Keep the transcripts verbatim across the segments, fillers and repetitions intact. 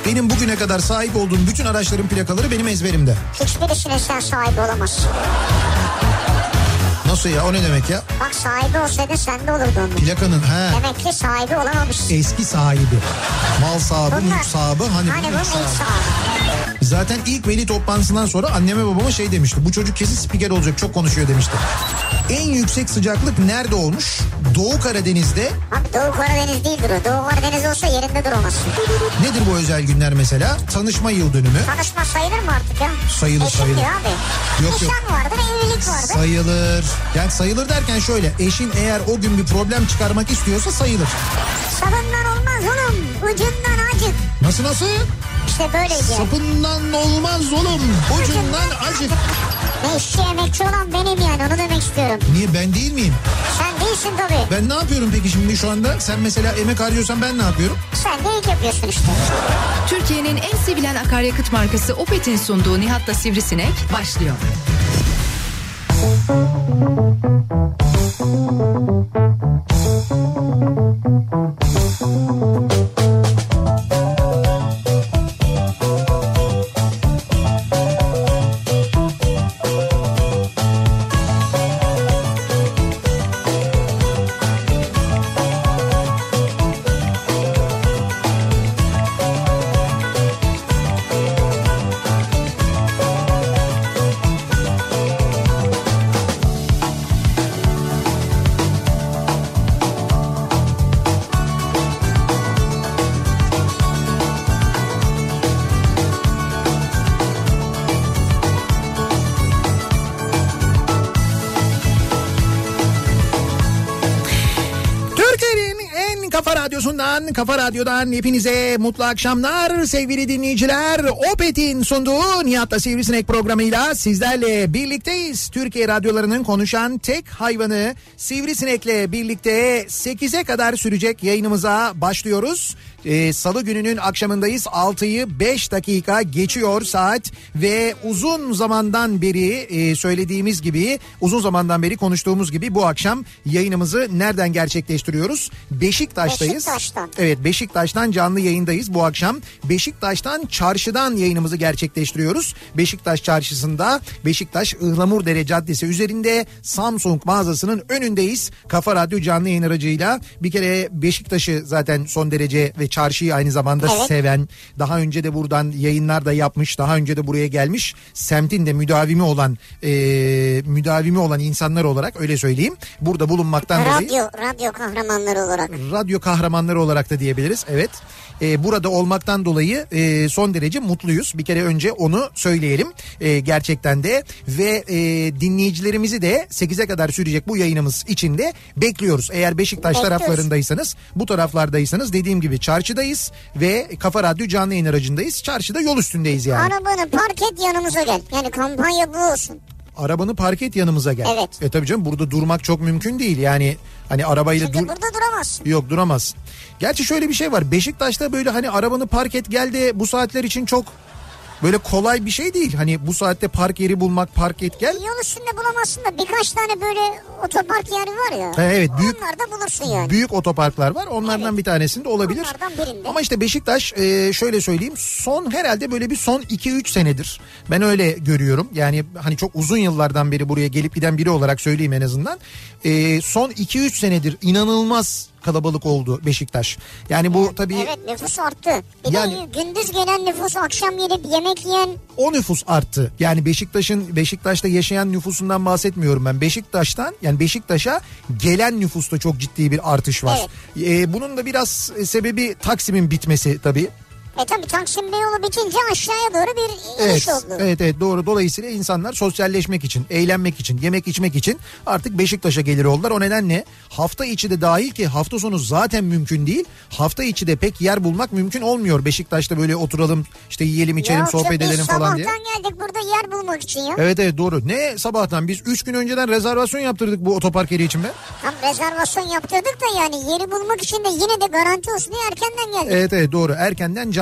Benim bugüne kadar sahip olduğum bütün araçların plakaları benim ezberimde. Hiçbirisine sen sahibi olamazsın. Nasıl ya, o ne demek ya? Bak sahibi olsaydı sende olurdu onun. Plakanın he. Demek ki sahibi olamamışsın. Eski sahibi. Mal sahibi, Bunlar, mülk sahibi. Hani, hani bu ilk sahibi. Zaten ilk veli toplantısından sonra anneme babama şey demişti. Bu çocuk kesin spiker olacak, çok konuşuyor demişti. En yüksek sıcaklık nerede olmuş? Doğu Karadeniz'de. Abi Doğu Karadeniz değildir o. Doğu Karadeniz olsa yerinde duramazsın. Nedir bu özel günler mesela? Tanışma yıl dönümü. Tanışma sayılır mı artık ya? Sayılır Eşim sayılır. diyor abi. Yok, Nişan yok. vardır, evlilik vardır. Sayılır. Yani sayılır derken şöyle. Eşin eğer o gün bir problem çıkarmak istiyorsa sayılır. Sapından olmaz oğlum. Ucundan acık. Nasıl nasıl? İşte böyleydi. Sapından olmaz oğlum. Ucundan acık. Ne işçi emekçi olan benim yani, onu demek istiyorum. Niye, ben değil miyim? Sen değilsin tabii. Ben ne yapıyorum peki şimdi şu anda? Sen mesela emek harcıyorsan ben ne yapıyorum? Sen de ilk yapıyorsun işte. Türkiye'nin en sevilen akaryakıt markası Opet'in sunduğu Nihat'la Sivrisinek başlıyor. Kafa Radyo'dan hepinize mutlu akşamlar sevgili dinleyiciler. Opet'in sunduğu Nihat'la Sivrisinek programıyla sizlerle birlikteyiz. Türkiye radyolarının konuşan tek hayvanı Sivrisinek'le birlikte sekize kadar sürecek yayınımıza başlıyoruz. Ee, Salı gününün akşamındayız. altıyı beş dakika geçiyor saat ve uzun zamandan beri e, söylediğimiz gibi, uzun zamandan beri konuştuğumuz gibi bu akşam yayınımızı nereden gerçekleştiriyoruz? Beşiktaş'tayız. Beşiktaş'tan. Evet, Beşiktaş'tan canlı yayındayız bu akşam. Beşiktaş'tan çarşıdan yayınımızı gerçekleştiriyoruz. Beşiktaş çarşısında Beşiktaş Ihlamurdere Caddesi üzerinde Samsung mağazasının önündeyiz. Kafa Radyo canlı yayın aracıyla bir kere Beşiktaş'ı zaten son derece ve çarşıyı aynı zamanda evet. seven, daha önce de buradan yayınlar da yapmış, daha önce de buraya gelmiş, semtin de müdavimi olan e, müdavimi olan insanlar olarak, öyle söyleyeyim, burada bulunmaktan radyo, dolayı. Radyo kahramanları olarak. Radyo kahramanları olarak da diyebiliriz, evet. E, burada olmaktan dolayı e, son derece mutluyuz. Bir kere önce onu söyleyelim e, gerçekten de ve e, dinleyicilerimizi de sekize kadar sürecek bu yayınımız içinde bekliyoruz. Eğer Beşiktaş Bekliyoruz. taraflarındaysanız, bu taraflardaysanız dediğim gibi çarşıdayız ve Kafa Radyo canlı yayın aracındayız. Çarşıda yol üstündeyiz yani. Arabanı park et, yanımıza gel. Yani kampanya bu olsun. Arabanı park et, yanımıza gel. Evet. E tabii canım, burada durmak çok mümkün değil. Yani hani arabayla Çünkü dur... burada duramazsın. Yok, duramazsın. Gerçi şöyle bir şey var. Beşiktaş'ta böyle hani arabanı park et gel de bu saatler için çok böyle kolay bir şey değil. Hani bu saatte park yeri bulmak, park et gel. Yol üstünde bulamazsın da birkaç tane böyle otopark yeri var ya. Ha, evet, büyük, onlarda bulursun yani. Büyük otoparklar var. Onlardan evet. bir tanesinde olabilir. Onlardan birinde. Ama işte Beşiktaş e, şöyle söyleyeyim, son herhalde böyle bir son iki üç senedir ben öyle görüyorum. Yani hani çok uzun yıllardan beri buraya gelip giden biri olarak söyleyeyim en azından. E, son iki üç senedir inanılmaz kalabalık oldu Beşiktaş. Yani bu tabii... Evet, nüfus arttı. Bir yani, de gündüz gelen nüfus, akşam gelip yemek yiyen... O nüfus arttı. Yani Beşiktaş'ın, Beşiktaş'ta yaşayan nüfusundan bahsetmiyorum ben. Beşiktaş'tan, yani Beşiktaş'a gelen nüfusta çok ciddi bir artış var. Evet. Ee, bunun da biraz sebebi Taksim'in bitmesi tabii. E tabii Taksim Beyoğlu bitince aşağıya doğru bir iniş evet, oldu. Evet evet doğru. Dolayısıyla insanlar sosyalleşmek için, eğlenmek için, yemek içmek için artık Beşiktaş'a gelir oldular. O nedenle hafta içi de dahil ki hafta sonu zaten mümkün değil. Hafta içi de pek yer bulmak mümkün olmuyor. Beşiktaş'ta böyle oturalım, işte yiyelim içelim, Yok, sohbet edelim falan diye. Sabahtan geldik burada yer bulmak için ya. Evet evet doğru. Ne sabahtan? Biz üç gün önceden rezervasyon yaptırdık bu otopark yeri için be. Tam rezervasyon yaptırdık da yani yeri bulmak için de yine de garanti olsun diye erkenden geldik. Evet evet doğru. Erkenden canlı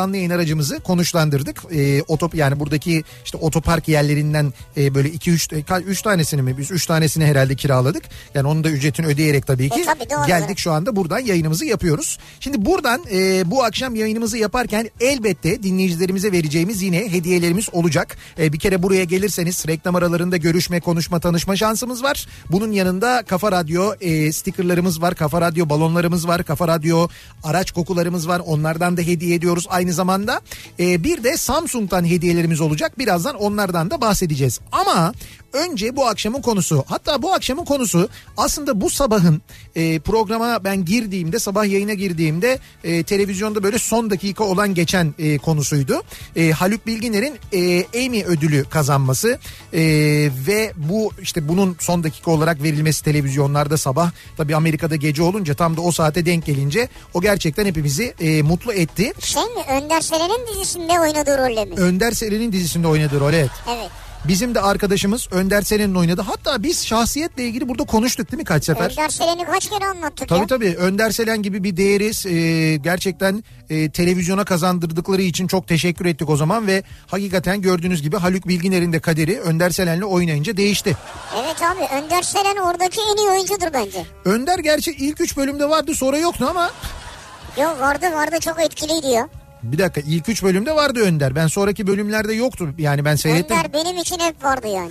canlı yayın aracımızı konuşlandırdık. E, otop yani buradaki işte otopark yerlerinden e, böyle iki üç üç tanesini mi biz üç tanesini herhalde kiraladık. Yani onun da ücretini ödeyerek tabii ki e, tabii, doğru, geldik evet. Şu anda buradan yayınımızı yapıyoruz. Şimdi buradan e, bu akşam yayınımızı yaparken elbette dinleyicilerimize vereceğimiz yine hediyelerimiz olacak. E, bir kere buraya gelirseniz reklam aralarında görüşme, konuşma, tanışma şansımız var. Bunun yanında Kafa Radyo e, stikerlerimiz var, Kafa Radyo balonlarımız var, Kafa Radyo araç kokularımız var. Onlardan da hediye ediyoruz aynı zamanda. E, bir de Samsung'dan hediyelerimiz olacak. Birazdan onlardan da bahsedeceğiz. Ama önce bu akşamın konusu, hatta bu akşamın konusu aslında bu sabahın e, programa ben girdiğimde, sabah yayına girdiğimde e, televizyonda böyle son dakika olan geçen e, konusuydu. E, Haluk Bilginer'in e, Emmy ödülü kazanması e, ve bu işte bunun son dakika olarak verilmesi televizyonlarda sabah, tabii Amerika'da gece olunca tam da o saate denk gelince o gerçekten hepimizi e, mutlu etti. Şey mi, Önder Selen'in dizisinde oynadığı rolle mi? Önder Selen'in dizisinde oynadığı rol, evet. Evet. Bizim de arkadaşımız Önder Selen'in oynadı. Hatta biz şahsiyetle ilgili burada konuştuk değil mi kaç sefer? Önder Selen'i kaç kere anlattık tabii ya. Tabii tabii Önder Selen gibi bir değeri e, gerçekten e, televizyona kazandırdıkları için çok teşekkür ettik o zaman. Ve hakikaten gördüğünüz gibi Haluk Bilginer'in de kaderi Önder Selen'le oynayınca değişti. Evet abi, Önder Selen oradaki en iyi oyuncudur bence. Önder gerçi ilk üç bölümde vardı, sonra yoktu ama. Yok vardı vardı çok etkiliydi ya. Bir dakika, ilk üç bölümde vardı Önder. Ben sonraki bölümlerde yoktu. Yani ben seyrettim. Önder benim için hep vardı yani.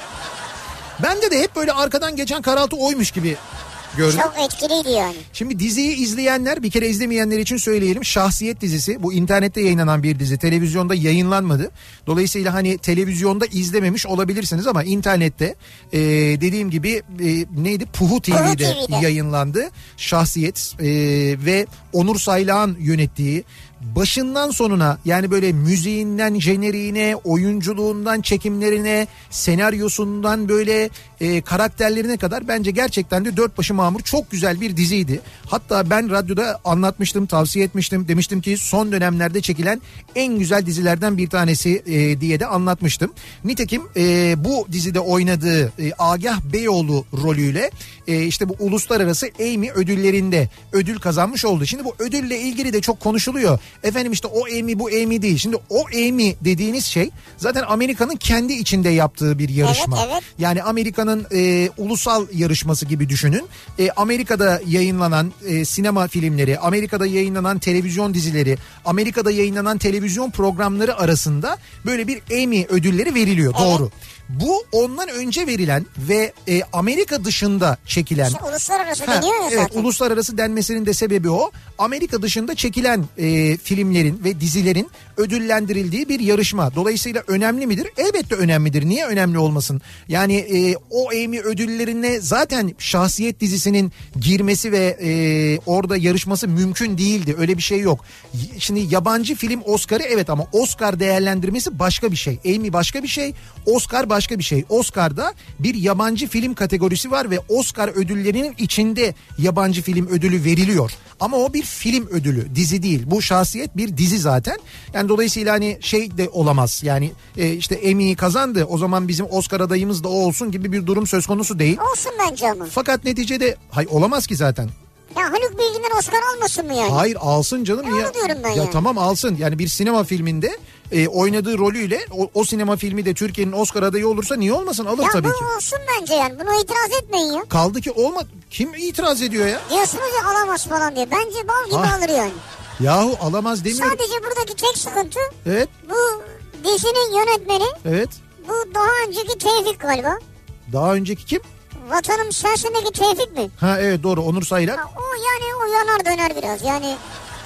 Bende de hep böyle arkadan geçen karaltı oymuş gibi gördüm. Çok etkiliydi yani. Şimdi diziyi izleyenler, bir kere izlemeyenler için söyleyelim. Şahsiyet dizisi, bu internette yayınlanan bir dizi. Televizyonda yayınlanmadı. Dolayısıyla hani televizyonda izlememiş olabilirsiniz ama internette e, dediğim gibi e, neydi? Puhu T V'de, Puhu T V'de yayınlandı. Şahsiyet e, ve Onur Saylak'ın yönettiği, başından sonuna yani böyle müziğinden jeneriğine, oyunculuğundan çekimlerine, senaryosundan böyle e, karakterlerine kadar bence gerçekten de dört başı mamur çok güzel bir diziydi. Hatta ben radyoda anlatmıştım, tavsiye etmiştim. Demiştim ki son dönemlerde çekilen en güzel dizilerden bir tanesi e, diye de anlatmıştım. Nitekim e, bu dizide oynadığı e, Agah Beyoğlu rolüyle e, işte bu uluslararası Emmy ödüllerinde ödül kazanmış oldu. Şimdi bu ödülle ilgili de çok konuşuluyor. Efendim işte o Emmy bu Emmy değil. Şimdi o Emmy dediğiniz şey zaten Amerika'nın kendi içinde yaptığı bir yarışma. Evet, evet. Yani Amerika'nın e, ulusal yarışması gibi düşünün. E, Amerika'da yayınlanan e, sinema filmleri, Amerika'da yayınlanan televizyon dizileri, Amerika'da yayınlanan televizyon programları arasında böyle bir Emmy ödülleri veriliyor. Evet. Doğru. Bu ondan önce verilen ve e, Amerika dışında çekilen. İşte uluslararası ha, deniyor ya zaten. Evet, uluslararası denmesinin de sebebi o. Amerika dışında çekilen e, filmlerin ve dizilerin ödüllendirildiği bir yarışma. Dolayısıyla önemli midir? Elbette önemlidir. Niye önemli olmasın? Yani e, o Emmy ödüllerine zaten Şahsiyet dizisinin girmesi ve e, orada yarışması mümkün değildi. Öyle bir şey yok. Şimdi yabancı film Oscar'ı evet, ama Oscar değerlendirmesi başka bir şey. Emmy başka bir şey. Oscar başka bir şey. Oscar'da bir yabancı film kategorisi var ve Oscar ödüllerinin içinde yabancı film ödülü veriliyor. Ama o bir film ödülü, dizi değil. Bu Şahsiyet bir dizi zaten. Yani dolayısıyla hani şey de olamaz. Yani e, işte Emmy'yi kazandı, o zaman bizim Oscar adayımız da o olsun gibi bir durum söz konusu değil. Olsun bence ama. Fakat neticede hay olamaz ki zaten. Ya Haluk Bilginer Oscar almasın mı yani? Hayır, alsın canım. Ya, ya, diyorum ben ya yani. Tamam, alsın. Yani bir sinema filminde e, oynadığı rolüyle o, o sinema filmi de Türkiye'nin Oscar adayı olursa niye olmasın? Alır ya tabii ki. Ya bu olsun bence yani. Buna itiraz etmeyin ya. Kaldı ki olmadı. Kim itiraz ediyor ya? Diyorsunuz ya alamaz falan diye. Bence bal gibi Ha. alır yani. Yahu alamaz demiyorum. Sadece buradaki tek sıkıntı Evet. bu dizinin yönetmeni. Evet. Bu daha önceki Tevfik galiba. Daha önceki kim? Vatanım Sensin'deki Tevfik mi? Ha evet, doğru, Onur Saylak. Ha, o yani o yanar döner biraz yani.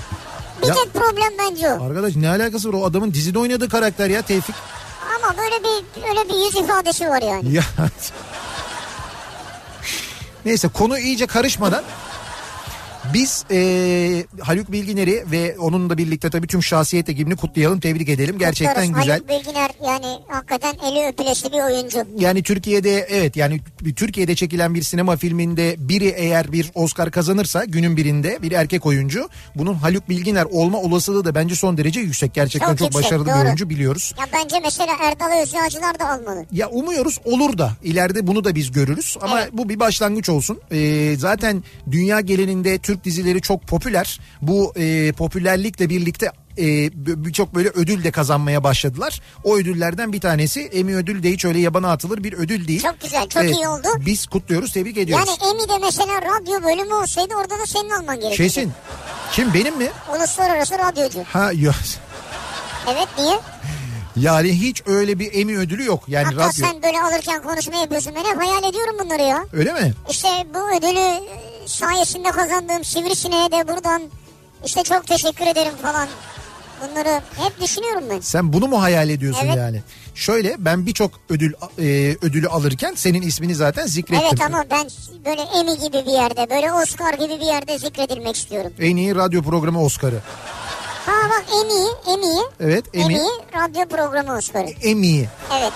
Bir Ya, tek problem bence o. Arkadaş ne alakası var, o adamın dizide oynadığı karakter ya, Tevfik. Ama böyle bir öyle bir yüz ifadesi var yani. Ya. Neyse, konu iyice karışmadan biz e, Haluk Bilginer'i ve onunla birlikte tabii tüm Şahsiyet ekibini kutlayalım, tebrik edelim. Gerçekten Kutlarız. güzel. Haluk Bilginer yani hakikaten eli öpülesi bir oyuncu. Yani Türkiye'de evet yani Türkiye'de çekilen bir sinema filminde biri eğer bir Oscar kazanırsa günün birinde, bir erkek oyuncu, bunun Haluk Bilginer olma olasılığı da bence son derece yüksek. Gerçekten çok, çok yüksek, başarılı doğru. bir oyuncu, biliyoruz. Ya bence mesela Erdal Özyağcılar da almalı. Ya umuyoruz olur da ileride bunu da biz görürüz ama evet. Bu bir başlangıç olsun. Ee, zaten dünya genelinde Türk Türk dizileri çok popüler. Bu e, popülerlikle birlikte e, birçok böyle ödül de kazanmaya başladılar. O ödüllerden bir tanesi Emmy ödül de hiç öyle yabana atılır bir ödül değil. Çok güzel, çok evet, iyi oldu. Biz kutluyoruz, tebrik ediyoruz. Yani Emmy'de mesela radyo bölümü olsaydı orada da senin alman gerekiyordu. Kesin. Kim, benim mi? Uluslararası radyocu. Ha yok. Evet, niye? Yani hiç öyle bir Emmy ödülü yok. Yani hatta radyo. sen böyle alırken konuşma yapıyorsun. Ben hep hayal ediyorum bunları ya. Öyle mi? İşte bu ödülü sayesinde kazandığım Sivrisineğe de buradan işte çok teşekkür ederim falan. Bunları hep düşünüyorum ben. Sen bunu mu hayal ediyorsun evet. yani? Şöyle, ben birçok ödül e, ödülü alırken senin ismini zaten zikrettim. Evet, ama ben böyle Emmy gibi bir yerde, böyle Oscar gibi bir yerde zikredilmek istiyorum. En iyi radyo programı Oscar'ı. Ha bak, Emmy, Emmy. Evet, Emmy. Emmy radyo programı Oscar'ı. Emmy. Evet.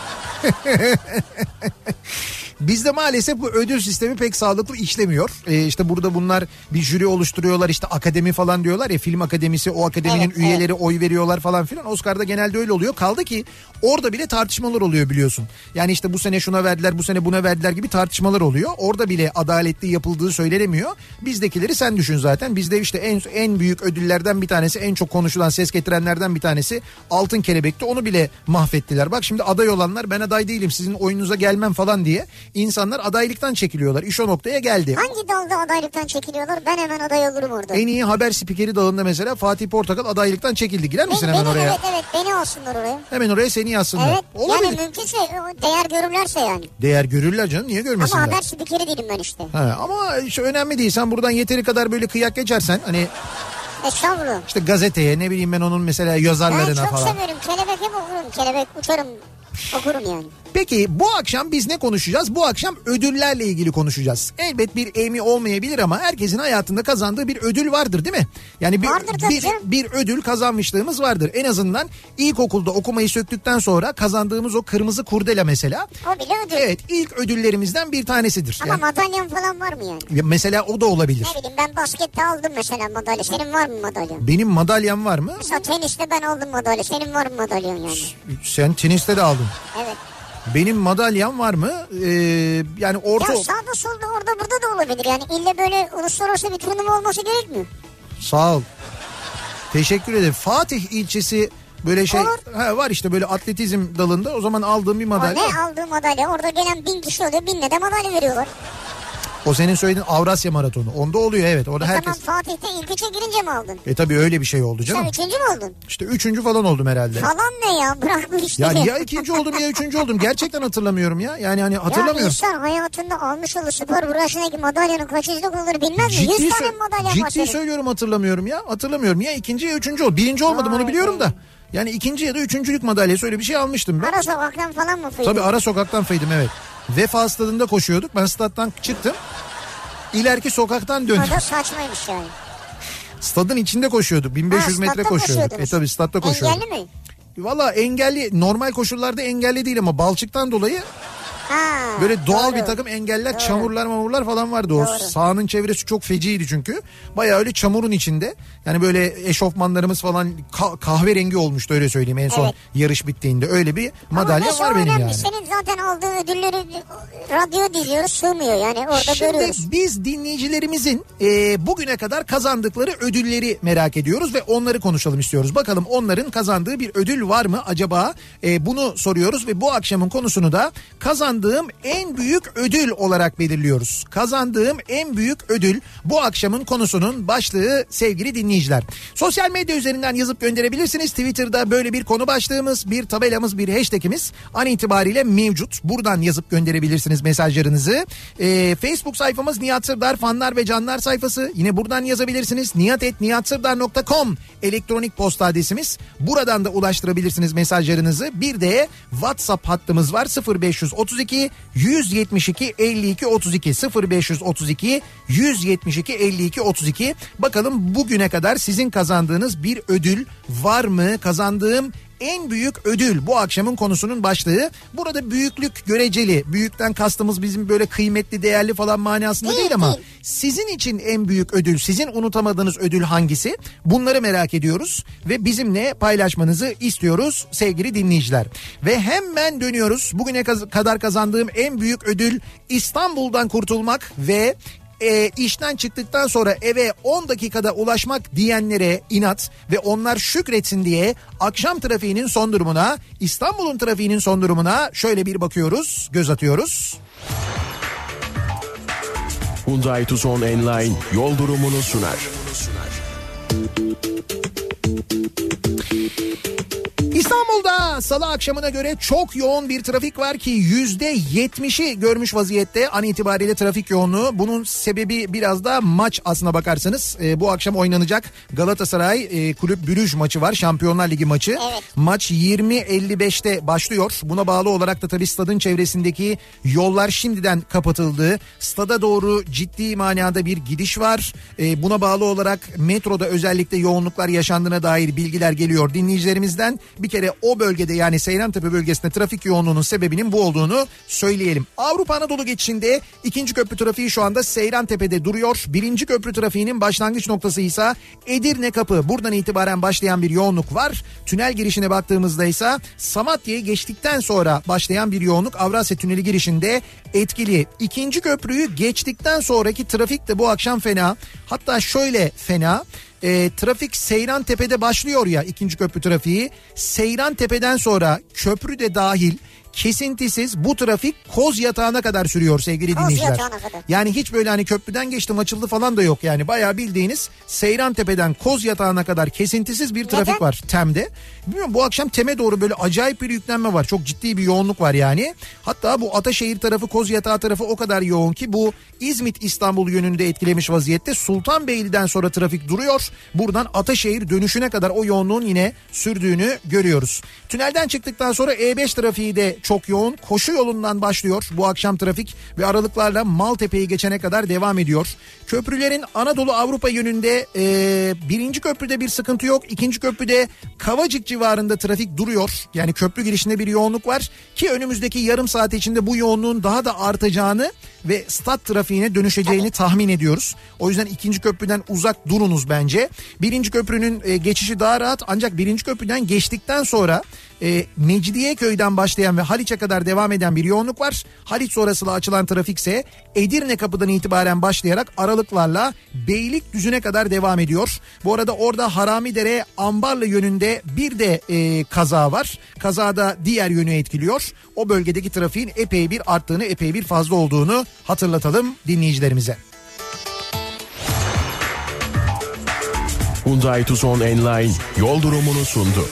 Bizde maalesef bu ödül sistemi pek sağlıklı işlemiyor. Ee, işte burada bunlar bir jüri oluşturuyorlar, işte akademi falan diyorlar ya, film akademisi, o akademinin evet, üyeleri evet. oy veriyorlar falan filan. Oscar'da genelde öyle oluyor. Kaldı ki orada bile tartışmalar oluyor biliyorsun. Yani işte bu sene şuna verdiler, bu sene buna verdiler gibi tartışmalar oluyor. Orada bile adaletli yapıldığı söylenemiyor. Bizdekileri sen düşün zaten. Bizde işte en en büyük ödüllerden bir tanesi, en çok konuşulan, ses getirenlerden bir tanesi Altın Kelebek'ti. Onu bile mahvettiler. Bak şimdi aday olanlar, ben aday değilim, sizin oyununuza gelmem falan diye İnsanlar adaylıktan çekiliyorlar. İş o noktaya geldi. Hangi dalda adaylıktan çekiliyorlar? Ben hemen aday olurum orada. En iyi haber spikeri dalında mesela Fatih Portakal adaylıktan çekildi. Girer misin beni, hemen beni, oraya? Evet evet, beni alsınlar oraya. Hemen oraya seni yazsınlar. Evet. Olabilir. Yani mümkünse değer görürlerse yani. Değer görürler canım, niye görmesinler? Ama haber spikeri değilim ben işte. Ha, ama işte önemli değil. Sen buradan yeteri kadar böyle kıyak geçersen hani... Estağfurullah. İşte gazeteye, ne bileyim ben, onun mesela yazarlarına ben çok falan. severim. Kelebek hep okurum. Kelebek uçarım. Okurum yani. Peki bu akşam biz ne konuşacağız? Bu akşam ödüllerle ilgili konuşacağız. Elbet bir Emmy olmayabilir ama herkesin hayatında kazandığı bir ödül vardır değil mi? Yani bir, vardır bir, bir ödül kazanmışlığımız vardır. En azından ilkokulda okumayı söktükten sonra kazandığımız o kırmızı kurdela mesela. O bile ödül. Evet, ilk ödüllerimizden bir tanesidir. Ama Yani, madalyan falan var mı yani? ya mesela o da olabilir. Ne bileyim, ben baskette aldım mesela madalya. Senin var mı madalyan? Benim madalyam var mı? Mesela teniste ben aldım madalya. Senin var mı madalyan yani? Sen teniste de aldın. Evet. Benim madalyam var mı? Ee, yani orta... Ya sağda solda orada burada da olabilir. Yani ille böyle uluslararası bir turnuva olması gerekmiyor. Sağ ol. Teşekkür ederim. Fatih ilçesi böyle şey ha, var işte böyle atletizm dalında, o zaman aldığım bir madalya. O ne aldığı madalya? Orada gelen bin kişi oluyor. Binle de madalya veriyorlar. O senin söylediğin Avrasya Maratonu. Onda oluyor, evet. Orada e herkes... Tamam, Fatih'te ilk üçe girince mi aldın? E tabii öyle bir şey oldu canım. Sen üçüncü mü oldun? İşte üçüncü falan oldum herhalde. Falan ne ya? Bırak bu işleri. Ya ya ikinci oldum ya üçüncü oldum. Gerçekten hatırlamıyorum ya. Yani hani hatırlamıyorum. Ya insan hayatında almış olduğu spor branşındaki madalyanın kaçıncılık olur bilmez mi? Ciddi, Yüz tane sö- madalya var ciddi senin. söylüyorum, hatırlamıyorum ya. Hatırlamıyorum ya, ikinci ya üçüncü oldum. Birinci olmadım, Vay onu biliyorum be. da. Yani ikinci ya da üçüncülük madalyası, öyle bir şey almıştım ben. Ara sokaktan falan mı fıydın? Tabii ara sokaktan fıydım, evet. Vefa stadında koşuyorduk. Ben staddan çıktım. İleriki sokaktan döndüm. O da saçmaymış yani. Stadın içinde koşuyorduk. bin beş yüz Ha, metre statta koşuyorduk. E tabii statta koşuyorduk. Engelli mi? Valla engelli, normal koşullarda engelli değil ama balçıktan dolayı Ha, böyle doğal doğru. bir takım engeller, Doğru. çamurlar mamurlar falan vardı. O Doğru. sahanın çevresi çok feciydi çünkü. Bayağı öyle çamurun içinde. Yani böyle eşofmanlarımız falan ka- kahverengi olmuştu, öyle söyleyeyim, en son Evet. yarış bittiğinde. Öyle bir madalya Ama var benim önemli. yani. Senin zaten aldığın ödülleri radyo diziyoruz, sığmıyor yani, orada Şimdi görüyoruz. biz dinleyicilerimizin e, bugüne kadar kazandıkları ödülleri merak ediyoruz ve onları konuşalım istiyoruz. Bakalım onların kazandığı bir ödül var mı acaba? E, bunu soruyoruz ve bu akşamın konusunu da kazandığım en büyük ödül olarak belirliyoruz. Kazandığım en büyük ödül bu akşamın konusunun başlığı sevgili dinleyiciler. Sosyal medya üzerinden yazıp gönderebilirsiniz. Twitter'da böyle bir konu başlığımız, bir tabelamız, bir hashtagimiz an itibariyle mevcut. Buradan yazıp gönderebilirsiniz mesajlarınızı. Ee, Facebook sayfamız Nihat Sırdar fanlar ve canlar sayfası. Yine buradan yazabilirsiniz. nihat et nihat sırdar nokta com elektronik posta adresimiz. Buradan da ulaştırabilirsiniz mesajlarınızı. Bir de WhatsApp hattımız var. sıfır beş otuz iki yüz yetmiş iki elli iki otuz iki sıfır beş otuz iki yüz yetmiş iki elli iki otuz iki. Bakalım bugüne kadar sizin kazandığınız bir ödül var mı? Kazandığım en büyük ödül bu akşamın konusunun başlığı. Burada büyüklük göreceli. Büyükten kastımız bizim böyle kıymetli, değerli falan manasında değil, değil ama sizin için en büyük ödül, sizin unutamadığınız ödül hangisi? Bunları merak ediyoruz ve bizimle paylaşmanızı istiyoruz sevgili dinleyiciler. Ve hemen dönüyoruz. Bugüne kadar kazandığım en büyük ödül İstanbul'dan kurtulmak ve e, işten çıktıktan sonra eve on dakikada ulaşmak diyenlere inat ve onlar şükretsin diye akşam trafiğinin son durumuna, İstanbul'un trafiğinin son durumuna şöyle bir bakıyoruz, göz atıyoruz. Hyundai Tucson Enline yol durumunu sunar. İstanbul'da salı akşamına göre çok yoğun bir trafik var ki yüzde yetmişi görmüş vaziyette an itibariyle trafik yoğunluğu. Bunun sebebi biraz da maç aslına bakarsanız. E, bu akşam oynanacak Galatasaray e, Kulüp Brugge maçı var, Şampiyonlar Ligi maçı. Evet. Maç yirmi elli beşte başlıyor. Buna bağlı olarak da tabii stadın çevresindeki yollar şimdiden kapatıldı. Stada doğru ciddi manada bir gidiş var. E, buna bağlı olarak metroda özellikle yoğunluklar yaşandığına dair bilgiler geliyor dinleyicilerimizden. Bir kere o bölgede yani Seyrantepe bölgesinde trafik yoğunluğunun sebebinin bu olduğunu söyleyelim. Avrupa Anadolu geçişinde ikinci köprü trafiği şu anda Seyrantepe'de duruyor. Birinci köprü trafiğinin başlangıç noktası ise Edirne Kapı. Buradan itibaren başlayan bir yoğunluk var. Tünel girişine baktığımızda ise Samatya'yı geçtikten sonra başlayan bir yoğunluk Avrasya Tüneli girişinde etkili. İkinci köprüyü geçtikten sonraki trafik de bu akşam fena. Hatta şöyle fena. E, trafik Seyrantepe'de başlıyor ya, ikinci köprü trafiği. Seyrantepe'den sonra köprü de dahil kesintisiz bu trafik Kozyatağı'na kadar sürüyor sevgili dinleyiciler. Yani hiç böyle hani köprüden geçtim açıldı falan da yok yani. Bayağı bildiğiniz Seyrantepe'den Kozyatağı'na kadar kesintisiz bir trafik Neden? var Tem'de. Bilmiyorum, bu akşam Tem'e doğru böyle acayip bir yüklenme var. Çok ciddi bir yoğunluk var yani. Hatta bu Ataşehir tarafı, Kozyatağı tarafı o kadar yoğun ki bu İzmit İstanbul yönünde etkilemiş vaziyette. Sultanbeyli'den sonra trafik duruyor. Buradan Ataşehir dönüşüne kadar o yoğunluğun yine sürdüğünü görüyoruz. Tünelden çıktıktan sonra E beş trafiği de çok yoğun. Koşu yolundan başlıyor bu akşam trafik ve aralıklarla Maltepe'yi geçene kadar devam ediyor. Köprülerin Anadolu Avrupa yönünde e, birinci köprüde bir sıkıntı yok. İkinci köprüde Kavacık civarında trafik duruyor. Yani köprü girişinde bir yoğunluk var ki önümüzdeki yarım saat içinde bu yoğunluğun daha da artacağını ve stat trafiğine dönüşeceğini tahmin ediyoruz. O yüzden ikinci köprüden uzak durunuz bence. Birinci köprünün e, geçişi daha rahat, ancak birinci köprüden geçtikten sonra e, Mecidiyeköy'den başlayan ve Haliç'e kadar devam eden bir yoğunluk var. Haliç sonrasıyla açılan trafikse Edirne Kapı'dan itibaren başlayarak aralıklarla Beylikdüzü'ne kadar devam ediyor. Bu arada orada Haramidere Ambarlı yönünde bir de e, kaza var. Kazada diğer yönü etkiliyor. O bölgedeki trafiğin epey bir arttığını, epey bir fazla olduğunu hatırlatalım dinleyicilerimize. Hyundai Tucson Enline yol durumunu sundu.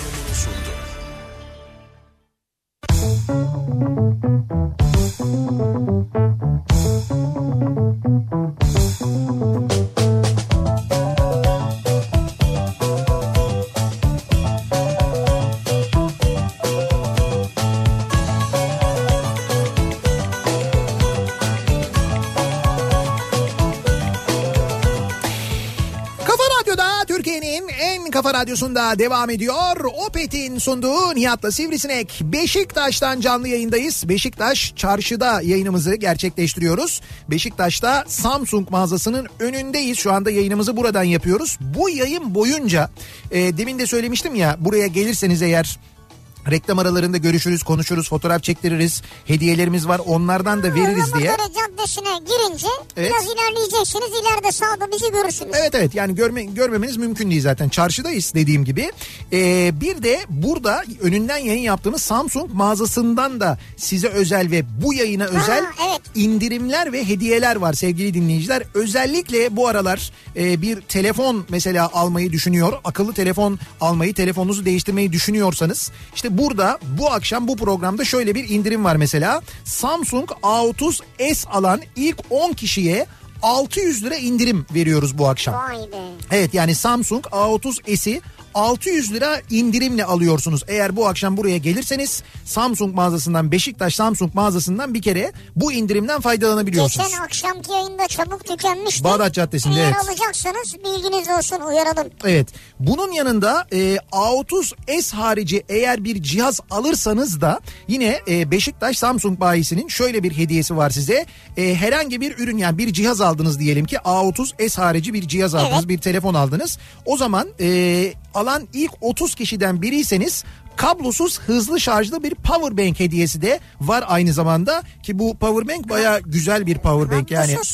Kafa Radyosu'nda devam ediyor. Opet'in sunduğu Nihat'la Sivrisinek. Beşiktaş'tan canlı yayındayız. Beşiktaş Çarşı'da yayınımızı gerçekleştiriyoruz. Beşiktaş'ta Samsung mağazasının önündeyiz. Şu anda yayınımızı buradan yapıyoruz. Bu yayın boyunca e, demin de söylemiştim ya, buraya gelirseniz eğer reklam aralarında görüşürüz, konuşuruz, fotoğraf çektiririz, hediyelerimiz var, onlardan da veririz diye. Ramazan Caddesi'ne girince evet. biraz ilerleyeceksiniz, ileride sağda bizi görürsünüz. Evet evet, yani görme, görmemeniz mümkün değil zaten, çarşıdayız dediğim gibi. Ee, bir de burada önünden yayın yaptığımız Samsung mağazasından da size özel ve bu yayına ha, özel evet. indirimler ve hediyeler var sevgili dinleyiciler. Özellikle bu aralar e, bir telefon mesela almayı düşünüyor, akıllı telefon almayı, telefonunuzu değiştirmeyi düşünüyorsanız işte burada bu akşam bu programda şöyle bir indirim var mesela. Samsung A otuz S alan ilk on kişiye altı yüz lira indirim veriyoruz bu akşam. Vay be. Evet, yani Samsung A otuz S'i altı yüz lira indirimle alıyorsunuz. Eğer bu akşam buraya gelirseniz Samsung mağazasından, Beşiktaş Samsung mağazasından bir kere bu indirimden faydalanabiliyorsunuz. Geçen akşamki yayında çabuk tükenmişti. Bağdat Caddesi'nde. Eğer evet. alacaksanız bilginiz olsun, uyaralım. Evet. Bunun yanında e, A otuz S harici eğer bir cihaz alırsanız da yine e, Beşiktaş Samsung bayisinin şöyle bir hediyesi var size. E, herhangi bir ürün, yani bir cihaz aldınız diyelim ki, A otuz S harici bir cihaz aldınız, evet. bir telefon aldınız. O zaman e, alan ilk otuz kişiden biriyseniz kablosuz hızlı şarjlı bir power bank hediyesi de var aynı zamanda, ki bu power bank bayağı güzel bir power bank yani. Kablosuz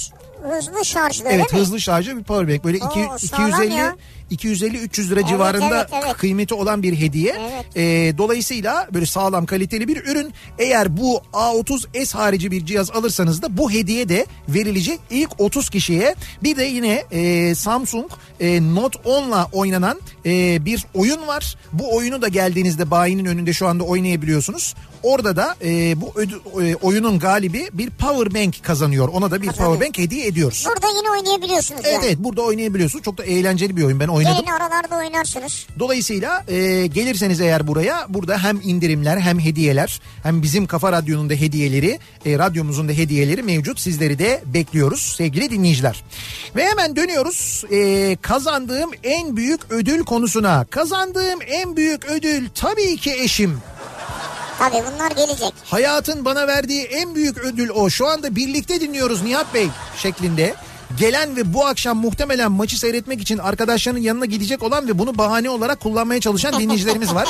hızlı şarjlı Evet, mi? hızlı şarjlı bir power bank. Böyle Oo, iki yüz elli iki yüz elli üç yüz lira evet, civarında evet, evet. kıymeti olan bir hediye. Evet. Ee, dolayısıyla böyle sağlam kaliteli bir ürün. Eğer bu A otuz S harici bir cihaz alırsanız da bu hediye de verilecek ilk otuz kişiye. Bir de yine e, Samsung e, Note on'la oynanan e, bir oyun var. Bu oyunu da geldiğinizde bayinin önünde şu anda oynayabiliyorsunuz. Orada da e, bu ödü, e, oyunun galibi bir power bank kazanıyor. Ona da bir Kazanıyor. power bank hediye ediyoruz. Burada yine oynayabiliyorsunuz Evet, yani. evet, burada oynayabiliyorsunuz. Çok da eğlenceli bir oyun, ben oynadım. Gelin oralarda oynarsınız. Dolayısıyla e, gelirseniz eğer buraya, burada hem indirimler hem hediyeler, hem bizim Kafa Radyo'nun da hediyeleri, e, radyomuzun da hediyeleri mevcut. Sizleri de bekliyoruz sevgili dinleyiciler. Ve hemen dönüyoruz e, kazandığım en büyük ödül konusuna. Kazandığım en büyük ödül tabii ki eşim. Tabii bunlar gelecek. Hayatın bana verdiği en büyük ödül o. Şu anda birlikte dinliyoruz Nihat Bey şeklinde. Gelen ve bu akşam muhtemelen maçı seyretmek için arkadaşlarının yanına gidecek olan ve bunu bahane olarak kullanmaya çalışan dinleyicilerimiz var.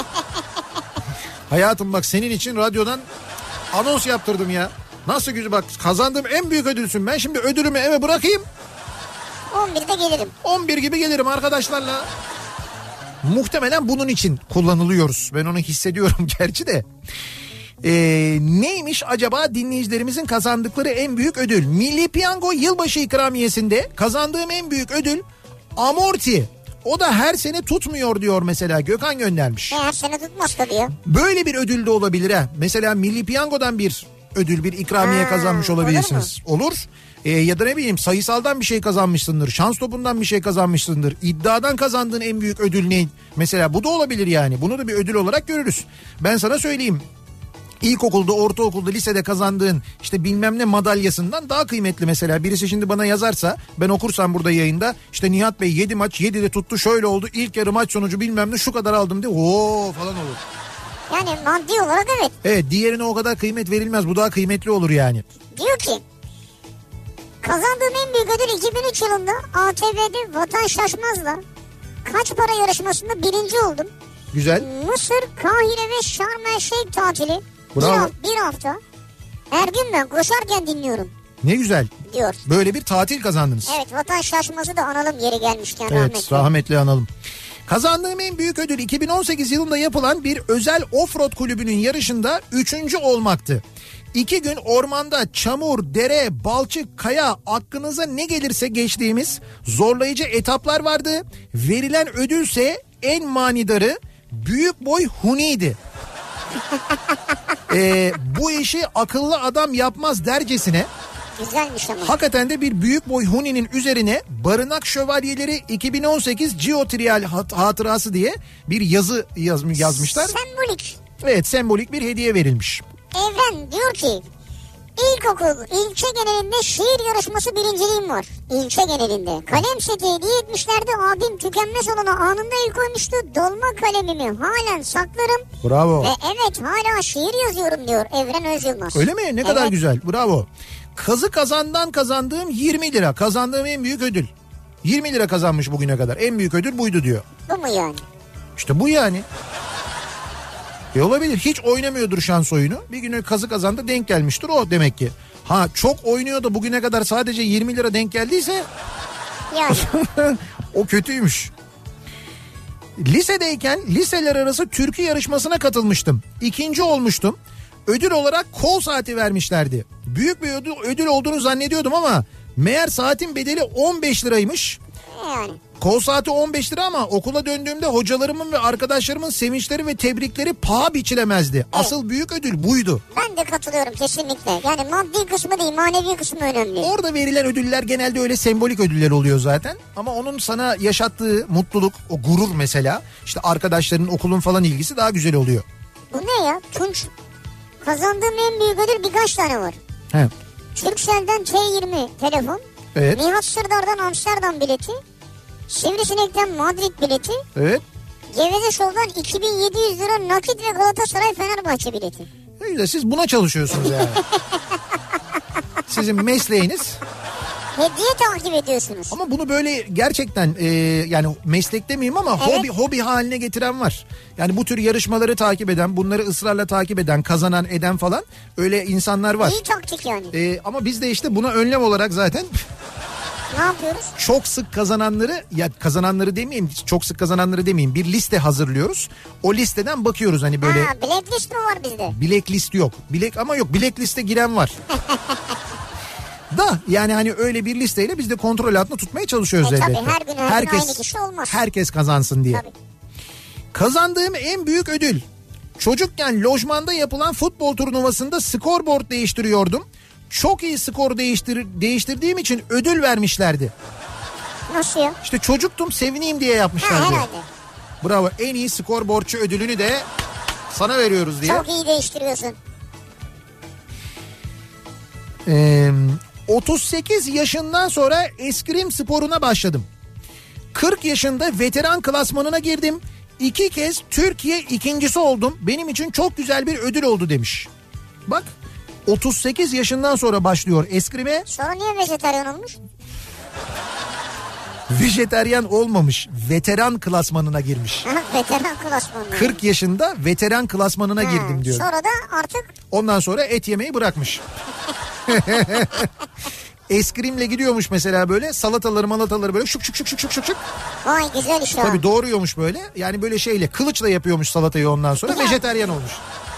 Hayatım bak, senin için radyodan anons yaptırdım ya. Nasıl güzel, bak kazandığım en büyük ödülsün. Ben şimdi ödülümü eve bırakayım. on birde gelirim. on bir gibi gelirim arkadaşlarla. Muhtemelen bunun için kullanılıyoruz. Ben onu hissediyorum gerçi de. Ee, neymiş acaba dinleyicilerimizin kazandıkları en büyük ödül? Milli Piyango yılbaşı ikramiyesinde kazandığım en büyük ödül amorti. O da her sene tutmuyor diyor mesela, Gökhan göndermiş. E, her sene tutmaz tabii ya. Böyle bir ödül de olabilir ha. Mesela Milli Piyango'dan bir ödül, bir ikramiye Ha, kazanmış olabilirsiniz. Olur, olur. Ee, ya da ne bileyim, sayısaldan bir şey kazanmışsındır. Şans topundan bir şey kazanmışsındır. İddiadan kazandığın en büyük ödül ne? Mesela bu da olabilir yani. Bunu da bir ödül olarak görürüz. Ben sana söyleyeyim. İlkokulda, ortaokulda, lisede kazandığın işte bilmem ne madalyasından daha kıymetli mesela. Birisi şimdi bana yazarsa, ben okursam burada yayında, işte Nihat Bey yedi maç yedide tuttu, şöyle oldu, ilk yarı maç sonucu bilmem ne şu kadar aldım diye ooo falan olur. Yani maddi olarak evet. Evet, diğerine o kadar kıymet verilmez, bu daha kıymetli olur yani. Diyor ki kazandığım en büyük ödül iki bin üç yılında A T V'de Vatan Şaşmaz'la kaç para yarışmasında birinci oldum. Güzel. Mısır, Kahire ve Şarm El Şeyh tatili. Bravo. Bir, hafta, bir hafta. Her gün ben koşarken dinliyorum Ne güzel. diyor. Böyle bir tatil kazandınız. Evet, Vatan Şaşmaz'ı da analım yeri gelmişken, Evet, rahmetli. rahmetli analım. Kazandığım en büyük ödül iki bin on sekiz yılında yapılan bir özel offroad kulübünün yarışında üçüncü olmaktı. İki gün ormanda çamur, dere, balçık, kaya, aklınıza ne gelirse geçtiğimiz zorlayıcı etaplar vardı. Verilen ödülse en manidarı büyük boy huniydi. ee, bu işi akıllı adam yapmaz dercesine. Güzelmiş ama. Hakikaten de bir büyük boy huninin üzerine Barınak Şövalyeleri iki bin on sekiz Geotrial hat- hatırası diye bir yazı yaz- yazmışlar. Sembolik. Evet, sembolik bir hediye verilmiş. Evren diyor ki ilkokul ilçe genelinde şiir yarışması birinciliğim var. İlçe genelinde. Kalem seti hediye etmişlerdi. Abim tükenmez olana anında el koymuştu. Dolma kalemimi halen saklarım. Bravo. Ve evet hala şiir yazıyorum diyor Evren Özyılmaz. Öyle mi? Ne evet. kadar güzel. Bravo. Kazı kazandan kazandığım yirmi lira. Kazandığım en büyük ödül. yirmi lira kazanmış bugüne kadar. En büyük ödül buydu diyor. Bu mu yani? İşte bu yani. E olabilir. Hiç oynamıyordur şans oyunu. Bir güne kazı kazanda denk gelmiştir o demek ki. Ha, çok oynuyor da bugüne kadar sadece yirmi lira denk geldiyse Yani. o kötüymüş. Lisedeyken liseler arası türkü yarışmasına katılmıştım. İkinci olmuştum. Ödül olarak kol saati vermişlerdi. Büyük bir ödül, ödül olduğunu zannediyordum ama meğer saatin bedeli on beş liraymış. Yani. Kol saati on beş lira ama okula döndüğümde hocalarımın ve arkadaşlarımın sevinçleri ve tebrikleri paha biçilemezdi. Evet. Asıl büyük ödül buydu. Ben de katılıyorum kesinlikle. Yani maddi kısmı değil, manevi kısmı önemli. Orada verilen ödüller genelde öyle sembolik ödüller oluyor zaten. Ama onun sana yaşattığı mutluluk, o gurur mesela, işte arkadaşların, okulun falan ilgisi daha güzel oluyor. Bu ne ya? Tunç, kazandığım en büyük ödül birkaç tane var. He. Turkcell'den T yirmi telefon. Evet. Nihat Sırdar'dan Amsterdam bileti. Sivrisinek'ten Madrid bileti. Evet. Geveze Show'dan iki bin yedi yüz lira nakit ve Galatasaray Fenerbahçe bileti. Öyle, siz buna çalışıyorsunuz yani. Sizin mesleğiniz. Hediye takip ediyorsunuz. Ama bunu böyle gerçekten e, yani meslek demeyeyim ama evet. hobi hobi haline getiren var. Yani bu tür yarışmaları takip eden, bunları ısrarla takip eden, kazanan, eden falan öyle insanlar var. İyi taktik yani. E, ama biz de işte buna önlem olarak zaten Ne yapıyoruz? Çok sık kazananları, ya kazananları demeyeyim, çok sık kazananları demeyeyim, bir liste hazırlıyoruz. O listeden bakıyoruz hani böyle. Ha, blacklist mi var bizde? Blacklist yok. Black ama yok, blackliste giren var. Da yani hani öyle bir listeyle biz de kontrol altında tutmaya çalışıyoruz e, elbette. Tabii her gün her herkes, gün aynı kişi olmaz. Herkes kazansın diye. Tabii. Kazandığım en büyük ödül. Çocukken lojmanda yapılan futbol turnuvasında skorboard değiştiriyordum. Çok iyi skor değiştir değiştirdiğim için ödül vermişlerdi. Nasıl ya? İşte çocuktum, sevineyim diye yapmışlardı. Ha, herhalde. Bravo, en iyi skorboardçu ödülünü de sana veriyoruz diye. Çok iyi değiştiriyorsun. Ee, otuz sekiz yaşından sonra eskrim sporuna başladım. kırk yaşında veteran klasmanına girdim. İki kez Türkiye ikincisi oldum. Benim için çok güzel bir ödül oldu demiş. Bak, otuz sekiz yaşından sonra başlıyor eskrime. Sonra niye vejetaryen olmuş? Vejeteryan olmamış. Veteran klasmanına girmiş. Veteran klasmanına. kırk yaşında veteran klasmanına ha, girdim diyor. Sonra da artık. Ondan sonra et yemeyi bırakmış. Eskrimle gidiyormuş mesela, böyle salataları malataları böyle şuk şuk şuk şuk şuk şuk. Vay, güzel iş o. Tabii doğruyormuş böyle. Yani böyle şeyle, kılıçla yapıyormuş salatayı, ondan sonra vejeteryan olmuş.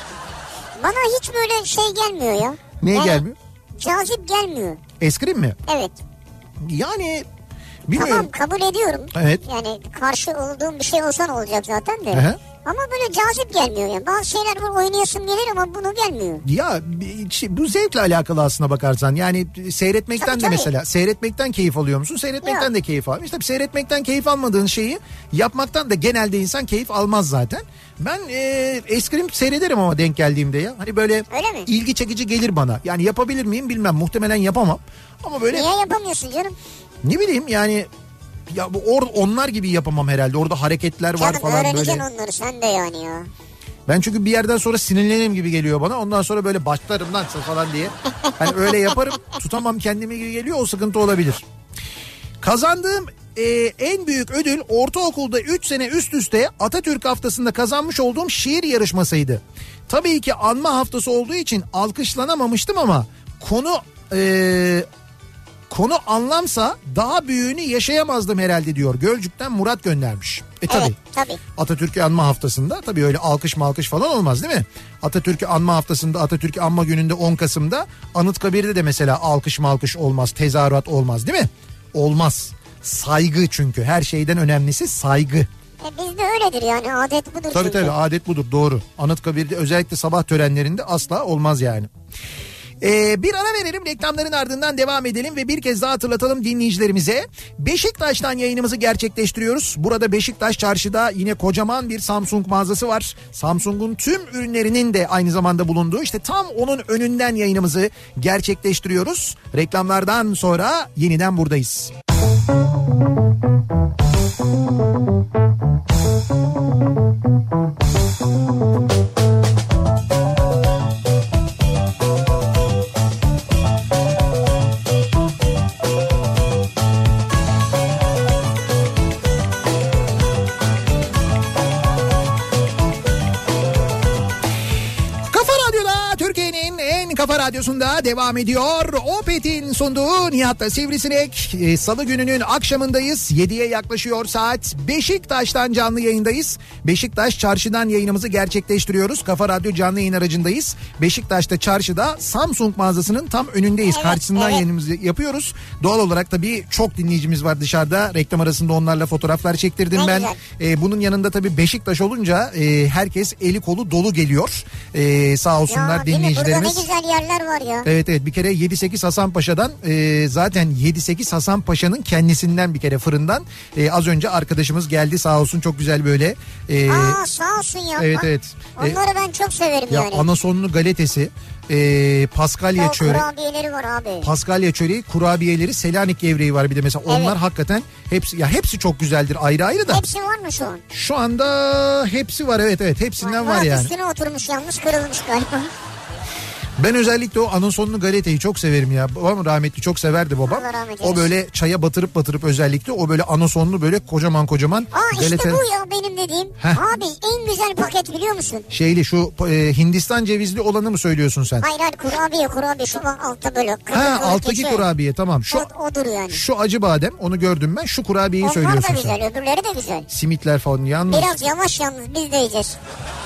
Bana hiç böyle şey gelmiyor ya. Neye yani, gelmiyor? Cazip gelmiyor. Eskrim mi? Evet. Yani bilmiyorum. Tamam, kabul ediyorum. Evet. Yani karşı olduğum bir şey olsa ne olacak zaten de. Hı-hı. Ama böyle cazip gelmiyor yani. Bazı şeyler var, oynayasım gelir ama bunu gelmiyor. Ya bu zevkle alakalı aslına bakarsan. Yani seyretmekten tabii, de tabii. mesela seyretmekten keyif alıyor musun? Seyretmekten Yok. de keyif alıyor. İşte seyretmekten keyif almadığın şeyi yapmaktan da genelde insan keyif almaz zaten. Ben e, eskrim seyrederim ama denk geldiğimde ya. Hani böyle ilgi çekici gelir bana. Yani yapabilir miyim bilmem. Muhtemelen yapamam. Ama böyle. Niye yapamıyorsun canım? Ne bileyim yani. Ya bu or, onlar gibi yapamam herhalde. Orada hareketler var canım, falan böyle. Canım öğreneceksin onları sen de yani ya. Ben çünkü bir yerden sonra sinirlenirim gibi geliyor bana. Ondan sonra böyle başlarım lan falan diye. Hani öyle yaparım, tutamam kendimi gibi geliyor, o sıkıntı olabilir. Kazandığım e, en büyük ödül ortaokulda üç sene üst üste Atatürk haftasında kazanmış olduğum şiir yarışmasıydı. Tabii ki anma haftası olduğu için alkışlanamamıştım ama konu... E, Konu anlamsa daha büyüğünü yaşayamazdım herhalde diyor. Gölcük'ten Murat göndermiş. E tabii. Evet, tabii. Atatürk'ü anma haftasında tabii öyle alkış malkış falan olmaz değil mi? Atatürk'ü anma haftasında, Atatürk'ü anma gününde on Kasım'da Anıtkabir'de de mesela alkış malkış olmaz, tezahürat olmaz değil mi? Olmaz. Saygı, çünkü her şeyden önemlisi saygı. E bizde öyledir yani, adet budur. Tabii çünkü. tabii adet budur, doğru. Anıtkabir'de özellikle sabah törenlerinde asla olmaz yani. Ee, bir ara verelim, reklamların ardından devam edelim ve bir kez daha hatırlatalım dinleyicilerimize. Beşiktaş'tan yayınımızı gerçekleştiriyoruz. Burada Beşiktaş Çarşı'da yine kocaman bir Samsung mağazası var. Samsung'un tüm ürünlerinin de aynı zamanda bulunduğu, işte tam onun önünden yayınımızı gerçekleştiriyoruz. Reklamlardan sonra yeniden buradayız. Kafa Radyosu'nda devam ediyor. Opet'in sunduğu Nihat'la Sivrisinek. Ee, Salı gününün akşamındayız. yediye yaklaşıyor saat. Beşiktaş'tan canlı yayındayız. Beşiktaş Çarşı'dan yayınımızı gerçekleştiriyoruz. Kafa Radyo canlı yayın aracındayız. Beşiktaş'ta Çarşı'da Samsung mağazasının tam önündeyiz. Evet, karşısından evet. yayınımızı yapıyoruz. Doğal olarak tabii çok dinleyicimiz var dışarıda. Reklam arasında onlarla fotoğraflar çektirdim ne ben. Ee, bunun yanında tabii Beşiktaş olunca e, herkes eli kolu dolu geliyor. Ee, sağ olsunlar ya, dinleyicilerimiz. Burada ne güzel yerler var ya. Evet evet, bir kere yedi sekiz Hasan Paşa'dan e, zaten yedi sekiz Hasan Paşa'nın kendisinden bir kere fırından e, az önce arkadaşımız geldi sağ olsun, çok güzel böyle. E, Aa sağ olsun ya. Evet evet. Onları e, ben çok severim ya yani. Anasonlu galetesi, e, Paskalya çöreği. Kurabiyeleri var abi. Paskalya çöreği, kurabiyeleri, Selanik gevreği var bir de mesela. Onlar evet. hakikaten hepsi, ya hepsi çok güzeldir ayrı ayrı da. Hepsi var mı şu an? Şu anda hepsi var, evet evet, hepsinden var, var yani. Üstüne oturmuş yalnız, kırılmış galiba. Ben özellikle o anonsonlu galeteyi çok severim ya. Babam rahmetli çok severdi babam. Allah rahmet O eylesin. böyle çaya batırıp batırıp özellikle o böyle anonsonlu böyle kocaman kocaman Aa işte galeta. bu ya benim dediğim. Heh. Abi en güzel paket biliyor musun? Şeyli şu e, Hindistan cevizli olanı mı söylüyorsun sen? Hayır hayır kurabiye kurabiye şu altta böyle. Ha kırık kırık alttaki geçiyor. kurabiye tamam. Şu O, odur yani. şu acı badem onu gördüm ben. Şu kurabiyeyi Onlar söylüyorsun da sen. güzel öbürleri de güzel. Simitler falan yalnız. Biraz yavaş yalnız biz de yiyeceğiz.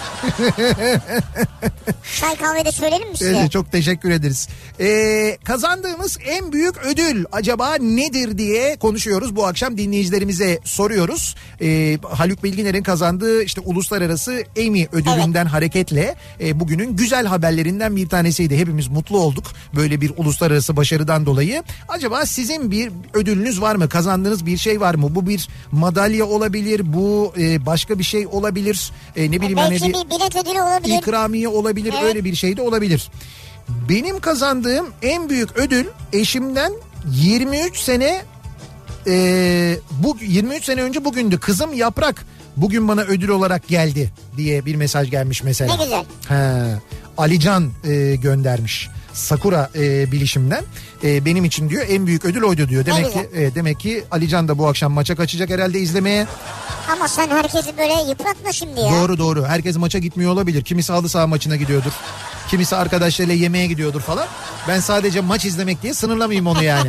Çay kahvede söyleyelim mi size? Evet, çok teşekkür ederiz. Ee, kazandığımız en büyük ödül acaba nedir diye konuşuyoruz. Bu akşam dinleyicilerimize soruyoruz. Ee, Haluk Bilginer'in kazandığı işte uluslararası Emmy ödülünden evet. hareketle e, bugünün güzel haberlerinden bir tanesiydi. Hepimiz mutlu olduk böyle bir uluslararası başarıdan dolayı. Acaba sizin bir ödülünüz var mı? Kazandığınız bir şey var mı? Bu bir madalya olabilir, bu e, başka bir şey olabilir. E, ne bileyim e, belki hani bir bilet ödülü olabilir. İkramiye olabilir, evet. Öyle bir şey de olabilir. Benim kazandığım en büyük ödül eşimden yirmi üç sene e, bu yirmi üç sene önce bugündü. Kızım Yaprak bugün bana ödül olarak geldi diye bir mesaj gelmiş mesela. Ne güzel. He, Alican e, göndermiş. Sakura e, bilişimden e, benim için diyor en büyük ödül oydu diyor. Demek ki e, demek ki Alican da bu akşam maça kaçacak herhalde izlemeye. Ama sen herkesi böyle yıpratma şimdi ya. Doğru doğru. Herkes maça gitmiyor olabilir. Kimisi halı saha maçına gidiyordur. Kimisi arkadaşlarıyla yemeğe gidiyordur falan. Ben sadece maç izlemek diye sınırlamayayım onu yani.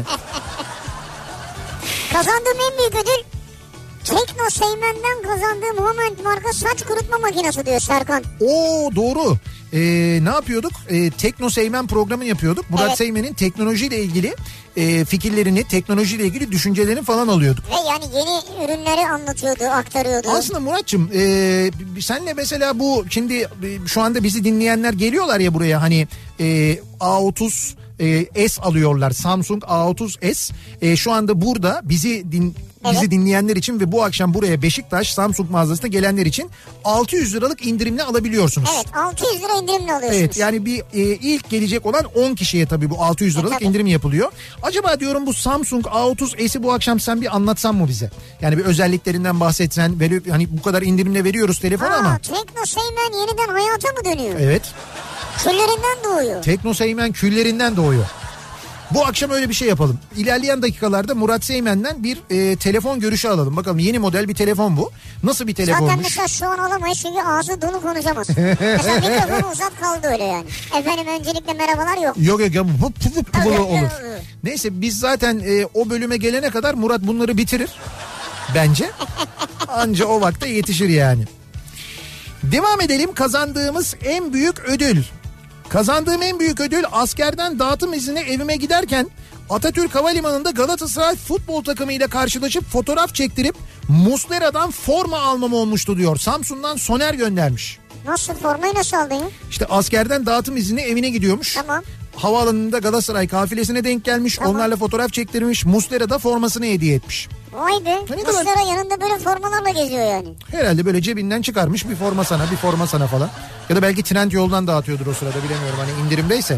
Kazandığım en büyük ödül Tekno Seymen'den kazandığım Moment marka saç kurutma makinesi diyor Serkan. Oo doğru. Ee, ne yapıyorduk? Ee, Tekno Seymen programı yapıyorduk. Murat evet. Seymen'in teknolojiyle ilgili e, fikirlerini, teknolojiyle ilgili düşüncelerini falan alıyorduk. Ve yani yeni ürünleri anlatıyordu, aktarıyordu. Aslında Murat'cığım e, senle mesela bu şimdi e, şu anda bizi dinleyenler geliyorlar ya buraya hani e, A otuz e, S alıyorlar. Samsung A otuz S. E, şu anda burada bizi din Bizi evet. dinleyenler için ve bu akşam buraya Beşiktaş Samsung mağazasına gelenler için altı yüz liralık indirimle alabiliyorsunuz. Evet altı yüz lira indirimle alıyorsunuz. Evet yani bir e, ilk gelecek olan on kişiye tabii bu altı yüz liralık e, indirim yapılıyor. Acaba diyorum bu Samsung A otuz S'i bu akşam sen bir anlatsan mı bize? Yani bir özelliklerinden bahsetsen ve hani bu kadar indirimle veriyoruz telefon Aa, ama. Tekno Seymen yeniden hayata mı dönüyor? Evet. Küllerinden doğuyor. Tekno Seymen küllerinden doğuyor. Bu akşam öyle bir şey yapalım. İlerleyen dakikalarda Murat Seymen'den bir e, telefon görüşü alalım. Bakalım yeni model bir telefon bu. Nasıl bir telefonmuş? Zaten mesela şu an alamayız çünkü ağzı dolu konuşamaz. Mesela mikrofonu uzat kaldı öyle yani. Efendim öncelikle merhabalar yok. Yok yok ya bu olur. Neyse biz zaten e, o bölüme gelene kadar Murat bunları bitirir. Bence. Anca o vakte yetişir yani. Devam edelim kazandığımız en büyük ödül. Kazandığım en büyük ödül askerden dağıtım iznine evime giderken Atatürk Havalimanı'nda Galatasaray futbol takımıyla karşılaşıp fotoğraf çektirip Muslera'dan forma almam olmuştu diyor. Samsun'dan Soner göndermiş. Nasıl formayı nasıl aldın ya? İşte askerden dağıtım iznine evine gidiyormuş. Tamam. Havaalanında Galatasaray kafilesine denk gelmiş. Tamam. Onlarla fotoğraf çektirmiş. Muslera'da formasını hediye etmiş. Vay be. Muslera kadar... yanında böyle formalarla geziyor yani. Herhalde böyle cebinden çıkarmış bir forma sana bir forma sana falan. Ya da belki Trendyol'dan dağıtıyordur o sırada bilemiyorum hani indirimdeyse.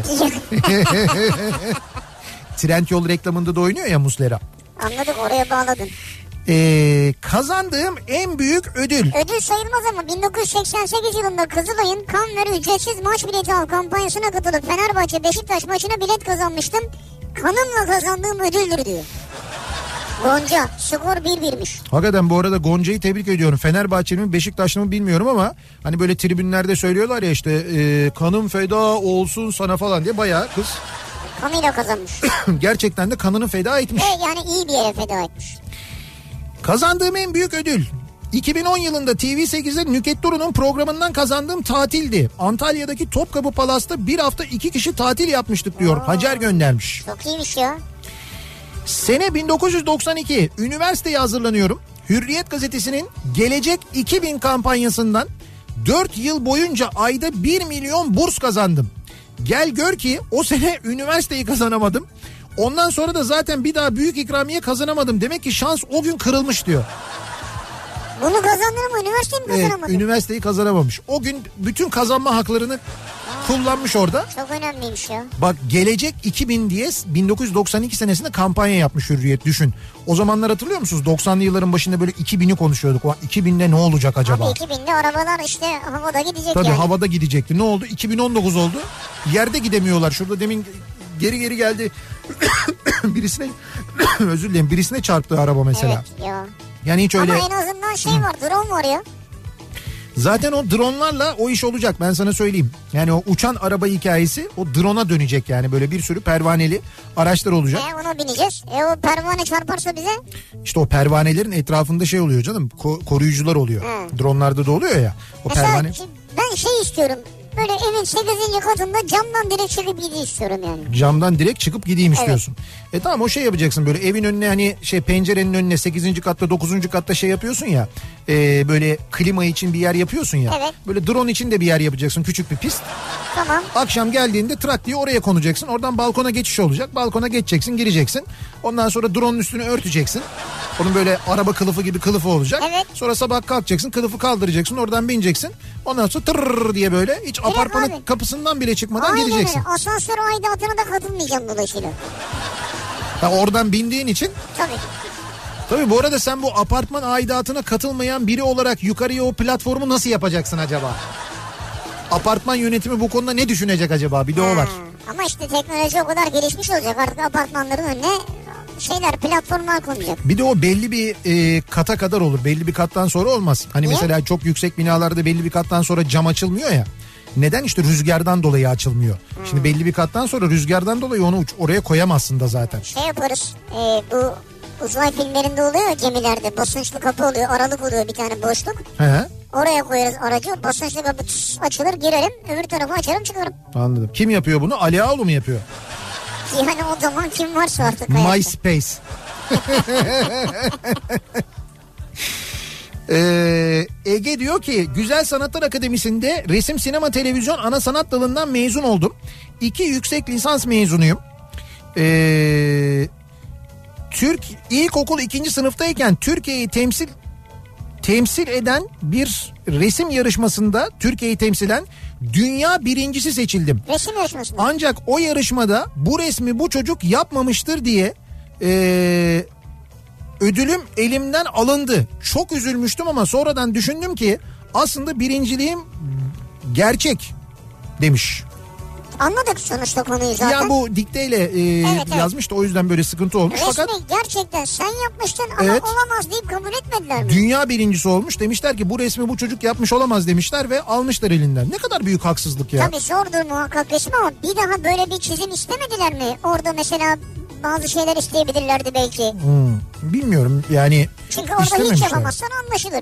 Trendyol reklamında da oynuyor ya Muslera. Anladık oraya bağladın. Ee, kazandığım en büyük ödül. Ödül sayılmaz ama bin dokuz yüz seksen sekiz yılında Kızılay'ın kan ver ücretsiz maç bileti al kampanyasına katılıp Fenerbahçe Beşiktaş maçına bilet kazanmıştım. Kanımla kazandığım ödüldür diyor. Gonca skor bir birmiş. Hakikaten bu arada Gonca'yı tebrik ediyorum. Fenerbahçe'nin Beşiktaşlı mı bilmiyorum ama hani böyle tribünlerde söylüyorlar ya işte e, kanım feda olsun sana falan diye bayağı kız. Kanıyla kazanmış. Gerçekten de kanını feda etmiş. Evet yani iyi bir yere feda etmiş. Kazandığım en büyük ödül iki bin on yılında T V sekizde Nükhet Duru'nun programından kazandığım tatildi. Antalya'daki Topkapı Palas'ta bir hafta iki kişi tatil yapmıştık diyor. Aa, Hacer göndermiş. Çok iyiymiş ya. Sene bin dokuz yüz doksan iki üniversiteye hazırlanıyorum. Hürriyet gazetesinin Gelecek iki bin kampanyasından dört yıl boyunca ayda bir milyon burs kazandım. Gel gör ki o sene üniversiteyi kazanamadım. Ondan sonra da zaten bir daha büyük ikramiye kazanamadım. Demek ki şans o gün kırılmış diyor. Bunu kazandın ama üniversiteyi mi kazanamadın? Evet, üniversiteyi kazanamamış. O gün bütün kazanma haklarını kullanmış orada. Çok önemliymiş ya. Bak gelecek iki bin diye bin dokuz yüz doksan iki senesinde kampanya yapmış Hürriyet, düşün. O zamanlar hatırlıyor musunuz? doksanlı yılların başında böyle iki bini konuşuyorduk. O iki binde ne olacak acaba? Abi iki binde arabalar işte havada gidecek. Tabii yani. havada gidecekti. Ne oldu? iki bin on dokuz oldu. Yerde gidemiyorlar. Şurada demin geri geri geldi. birisine özür dilerim, birisine çarptı araba mesela. Evet ya. Yani hiç öyle. Ama en azından şey var, drone var ya. Zaten o dronlarla o iş olacak, ben sana söyleyeyim. Yani o uçan araba hikayesi o drone'a dönecek yani, böyle bir sürü pervaneli araçlar olacak. E ona bineceğiz. E o pervane çarparsa bize? İşte o pervanelerin etrafında şey oluyor canım, ko- koruyucular oluyor. Hı. Dronlarda da oluyor ya. O Mesela pervane... ben şey istiyorum. Böyle evin sekizinci katında camdan direkt çıkıp gideyim istiyorum yani. Camdan direkt çıkıp gideyim evet. istiyorsun. E tamam, o şey yapacaksın, böyle evin önüne hani şey pencerenin önüne sekizinci katta dokuzuncu katta şey yapıyorsun ya. E, böyle klima için bir yer yapıyorsun ya. Evet. Böyle drone için de bir yer yapacaksın, küçük bir pist. Tamam. Akşam geldiğinde trak diye oraya konacaksın. Oradan balkona geçiş olacak. Balkona geçeceksin, gireceksin. Ondan sonra drone'un üstünü örteceksin. Onun böyle araba kılıfı gibi kılıfı olacak. Evet. Sonra sabah kalkacaksın, kılıfı kaldıracaksın, oradan bineceksin. Ondan sonra tırrrr diye böyle hiç direkt apartmanın abi. Kapısından bile çıkmadan aynen gideceksin. Aynen, asansör aidatına da katılmayacağım dolayısıyla. Ha, oradan bindiğin için. Tabii. Tabii bu arada sen bu apartman aidatına katılmayan biri olarak yukarıya o platformu nasıl yapacaksın acaba? Apartman yönetimi bu konuda ne düşünecek acaba? Bir de o var. Ama işte teknoloji o kadar gelişmiş olacak, artık apartmanların önüne şeyler, platformlar konacak. Bir de o belli bir e, kata kadar olur. Belli bir kattan sonra olmaz. Hani Niye? Mesela çok yüksek binalarda belli bir kattan sonra cam açılmıyor ya. Neden? İşte rüzgardan dolayı açılmıyor. Hmm. Şimdi belli bir kattan sonra rüzgardan dolayı onu oraya koyamazsın da zaten. Şey yaparız. E, bu uzay filmlerinde oluyor ya, gemilerde basınçlı kapı oluyor, aralık oluyor, bir tane boşluk. He. Oraya koyarız aracı, basınçlı kapı tıs, açılır, girerim, öbür tarafı açarım, çıkarım. Anladım. Kim yapıyor bunu? Ali Ağaoğlu mu yapıyor? Yani o zaman kim varsa artık hayatta. MySpace. Ee, Ege diyor ki Güzel Sanatlar Akademisi'nde resim, sinema, televizyon ana sanat dalından mezun oldum. İki yüksek lisans mezunuyum. Ee, Türk ilkokul ikinci sınıftayken Türkiye'yi temsil temsil eden bir resim yarışmasında Türkiye'yi temsilen dünya birincisi seçildim. Resim yarışmasında. Ancak o yarışmada bu resmi bu çocuk yapmamıştır diye ee, ödülüm elimden alındı. Çok üzülmüştüm ama sonradan düşündüm ki aslında birinciliğim gerçek demiş. Anladık sonuçta konuyu zaten. Ya bu dikteyle e, evet, yazmış da o yüzden böyle sıkıntı olmuş. Resmi Fakat gerçekten sen yapmıştın ama evet, olamaz deyip kabul etmediler mi? Dünya birincisi olmuş, demişler ki bu resmi bu çocuk yapmış olamaz demişler ve almışlar elinden. Ne kadar büyük haksızlık ya. Tabii zordur muhakkak resim ama bir daha böyle bir çizim istemediler mi? Orada mesela bazı şeyler isteyebilirlerdi belki. Hmm, bilmiyorum yani. Çünkü orada hiç yapamazsan anlaşılır.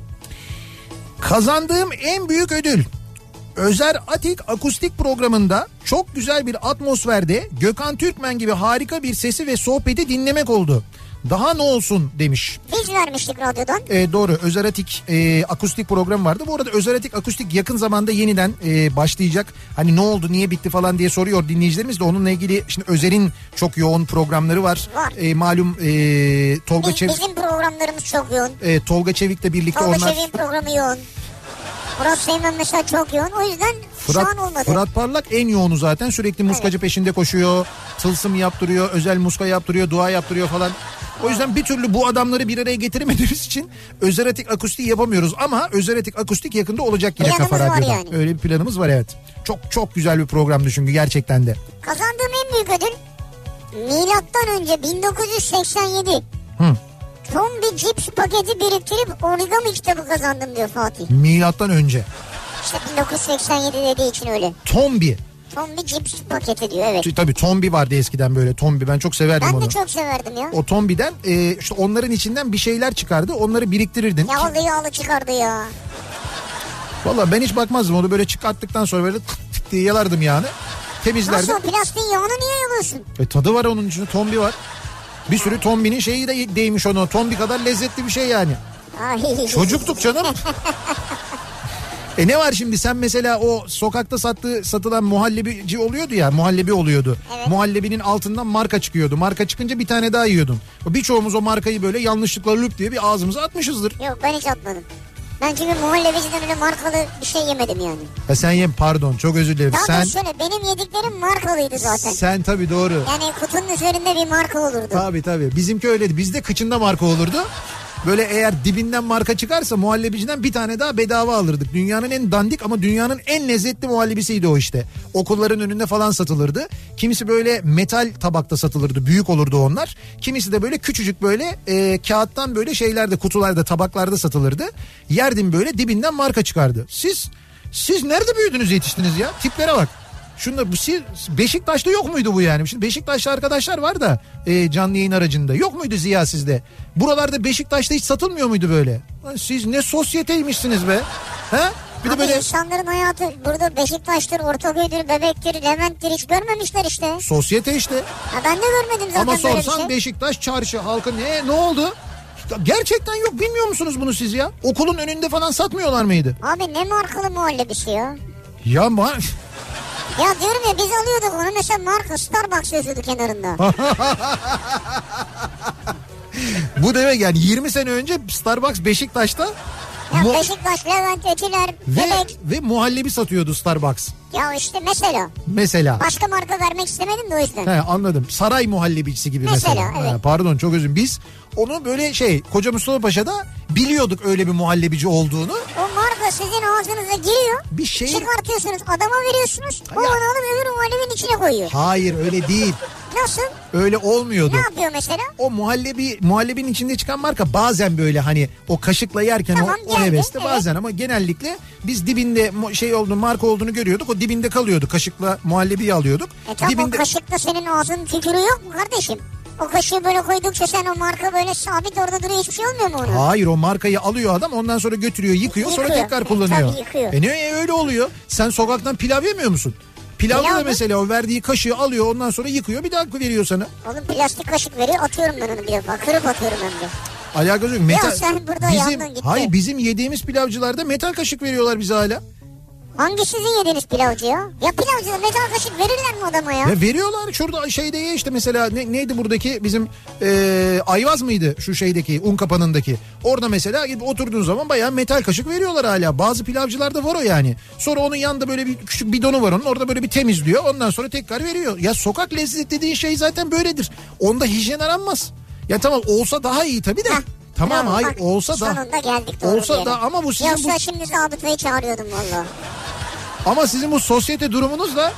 Kazandığım en büyük ödül Özer Atik akustik programında çok güzel bir atmosferde Gökhan Türkmen gibi harika bir sesi ve sohbeti dinlemek oldu. Daha ne olsun demiş. Biz vermiştik radyodan. E, doğru, Özer Atik e, akustik programı vardı. Bu arada Özer Atik akustik yakın zamanda yeniden e, başlayacak. Hani ne oldu, niye bitti falan diye soruyor dinleyicilerimiz de, onunla ilgili şimdi Özer'in çok yoğun programları var. Var. E, malum e, Tolga Biz, Çevik. Bizim programlarımız çok yoğun. E, Tolga Çevik'le birlikte Tolga onlar. Tolga Çevik'in programı yoğun. Murat Seymen mesela çok yoğun. O yüzden Fırat, şu an olmadı. Fırat Parlak en yoğunu zaten. Sürekli muskacı evet, peşinde koşuyor. Tılsım yaptırıyor. Özel muska yaptırıyor. Dua yaptırıyor falan. O yüzden bir türlü bu adamları bir araya getiremediğimiz için Özer Atik akustik yapamıyoruz. Ama Özer Atik akustik yakında olacak yine Kafa Radyo'da. Yani. Öyle bir planımız var, evet. Çok çok güzel bir programdı çünkü gerçekten de. Kazandığım en büyük ödül milattan önce bin dokuz yüz seksen yedi. Hı. Son bir cips paketi biriktirip origami kitabı kazandım diyor Fatih. Milattan önce. İşte bin dokuz yüz seksen yedi dediği için öyle. Tombi. Tombi cips paketi diyor, evet. Tabii Tombi vardı eskiden, böyle Tombi, ben çok severdim ben onu. Ben de çok severdim ya. O Tombi'den e, işte onların içinden bir şeyler çıkardı, onları biriktirirdin. Yağlı yağlı çıkardı ya. Valla ben hiç bakmazdım, onu böyle çıkarttıktan sonra böyle tık tık diye yalardım yani. Temizlerdim. Nasıl, plastiğin yağını niye yalıyorsun? E, tadı var onun içinde, Tombi var. Bir sürü Tombi'nin şeyi de değmiş ona. Tombi kadar lezzetli bir şey yani. Ay. Çocuktuk canım. E ne var şimdi, sen mesela o sokakta sattığı satılan muhallebici oluyordu ya, muhallebi oluyordu. Evet. Muhallebinin altından marka çıkıyordu. Marka çıkınca bir tane daha yiyordun. Birçoğumuz o markayı böyle yanlışlıkla lüp diye bir ağzımıza atmışızdır. Yok, ben hiç atmadım. Ben çünkü muhallebiciden öyle markalı bir şey yemedim yani. Ha sen yem pardon çok özür dilerim. Daha sen da şöyle benim yediklerim markalıydı zaten. Sen tabii doğru. Yani kutunun üzerinde bir marka olurdu. Tabii tabii. Bizimki öyleydi. Bizde kıçında marka olurdu. Böyle eğer dibinden marka çıkarsa muhallebiciden bir tane daha bedava alırdık. Dünyanın en dandik ama dünyanın en lezzetli muhallebisiydi o işte. Okulların önünde falan satılırdı. Kimisi böyle metal tabakta satılırdı. Büyük olurdu onlar. Kimisi de böyle küçücük böyle e, kağıttan böyle şeylerde, kutularda, tabaklarda satılırdı. Yerdim böyle, dibinden marka çıkardı. Siz siz nerede büyüdünüz, yetiştiniz ya? Tiplere bak. Şunda bu siz Beşiktaş'ta yok muydu bu yani? Şimdi Beşiktaşlı arkadaşlar var da e, canlı yayın aracında. Yok muydu Ziya sizde? Buralarda Beşiktaş'ta hiç satılmıyor muydu böyle? Lan siz ne sosyeteymişsiniz be? Ha? Bir Abi de böyle insanların hayatı burada Beşiktaş'tır, Ortaköy'dür, Bebek'tir, Levent'tir hiç görmemişler işte. sosyete işte. Ha, ben de görmedim zaten Ama böyle bir sorsan şey. Beşiktaş çarşı halkı ne ne oldu? Gerçekten yok, bilmiyor musunuz bunu siz ya? Okulun önünde falan satmıyorlar mıydı? Abi ne markalı muhallebisi ya? Ya mar Ya diyorum ya, biz alıyorduk onu mesela, marka Starbucks yazıyordu kenarında. Bu demek yani yirmi sene önce Starbucks Beşiktaş'ta Ya mu- Beşiktaş, Levent, Etiler, ve, Bebek. ve muhallebi satıyordu Starbucks. Ya işte mesela. Mesela. Başka marka vermek istemedim de o yüzden. He, anladım. Saray muhallebicisi gibi mesela. Mesela, evet. He, pardon çok özür dilerim. Biz onu böyle şey Koca Mustafa Paşa'da biliyorduk öyle bir muhallebici olduğunu. O marka sizin ağzınıza giriyor. Bir şey. Çıkartıyorsunuz, adama veriyorsunuz. O Ya. onu alıp öbür muhallebinin içine koyuyor. Hayır öyle değil. Nasıl? Öyle olmuyordu. Ne yapıyor mesela? O muhallebi muhallebinin içinde çıkan marka bazen böyle hani o kaşıkla yerken Tamam, o, o geldi, heveste evet. bazen, ama genellikle biz dibinde mu- şey olduğunu, marka olduğunu görüyorduk. O dibinde kalıyordu. Kaşıkla muhallebiyi alıyorduk. E tamam, dibinde o kaşıkta senin ağzının tükürüğü yok mu kardeşim? O kaşığı böyle koydukça sen o marka böyle sabit orada duruyor, hiçbir şey olmuyor mu ona? Hayır, o markayı alıyor adam, ondan sonra götürüyor, yıkıyor, sonra Yıkıyor. tekrar kullanıyor. Tabii, yıkıyor. E ne e, öyle oluyor. Sen sokaktan pilav yemiyor musun? Pilavda Pilav da mı? mesela o verdiği kaşığı alıyor, ondan sonra yıkıyor, bir daha veriyor sana. Oğlum plastik kaşık veriyor, atıyorum ben onu bir defa. Kırıp atıyorum hem de. Alakası yok. Metal, sen burada bizim, yandın gitti. hayır bizim yediğimiz pilavcılarda metal kaşık veriyorlar bize hala. Hangi sizin yediğiniz pilavcı ya? Ya pilavcıda metal kaşık verirler mi adama ya? Ya veriyorlar şurada şeyde ye işte mesela ne, neydi buradaki bizim e, Ayvaz mıydı şu şeydeki un kapanındaki, orada mesela gidip oturduğun zaman bayağı metal kaşık veriyorlar hala, bazı pilavcılarda var o yani. Sonra onun yanında böyle bir küçük bidonu var, onun orada böyle bir temizliyor, ondan sonra tekrar veriyor. Ya sokak lezzeti dediğin şey zaten böyledir, onda hijyen aranmaz. Ya tamam olsa daha iyi tabii de. Heh, Tamam bravo, hayır bak, olsa da. sonunda geldik doğru Olsa yere. da ama bu sizin Yoksa bu, şimdi zabıtayı çağırıyordum valla. ama sizin bu sosyete durumunuz da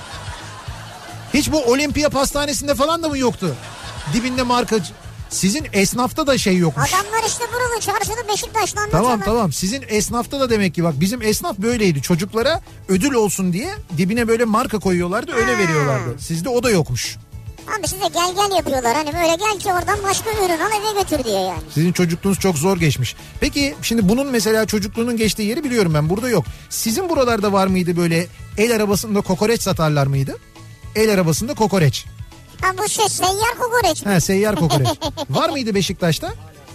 hiç bu Olimpiya Pastanesi'nde falan da mı yoktu? Dibinde marka. Sizin esnafta da şey yokmuş. Adamlar işte buralı çarşıda Beşiktaş'ta Tamam anlatıyorlar. tamam, sizin esnafta da demek ki bak bizim esnaf böyleydi. Çocuklara ödül olsun diye dibine böyle marka koyuyorlardı, öyle Ha. veriyorlardı. Sizde o da yokmuş. Abi size gel gel yapıyorlar, hani böyle gel ki oradan başka ürün al eve götür diye yani. Sizin çocukluğunuz çok zor geçmiş. Peki şimdi bunun mesela çocukluğunun geçtiği yeri biliyorum ben, burada yok. Sizin buralarda var mıydı böyle el arabasında kokoreç satarlar mıydı? El arabasında kokoreç. Ha bu şey seyyar kokoreç mi? He, seyyar kokoreç. Var mıydı Beşiktaş'ta?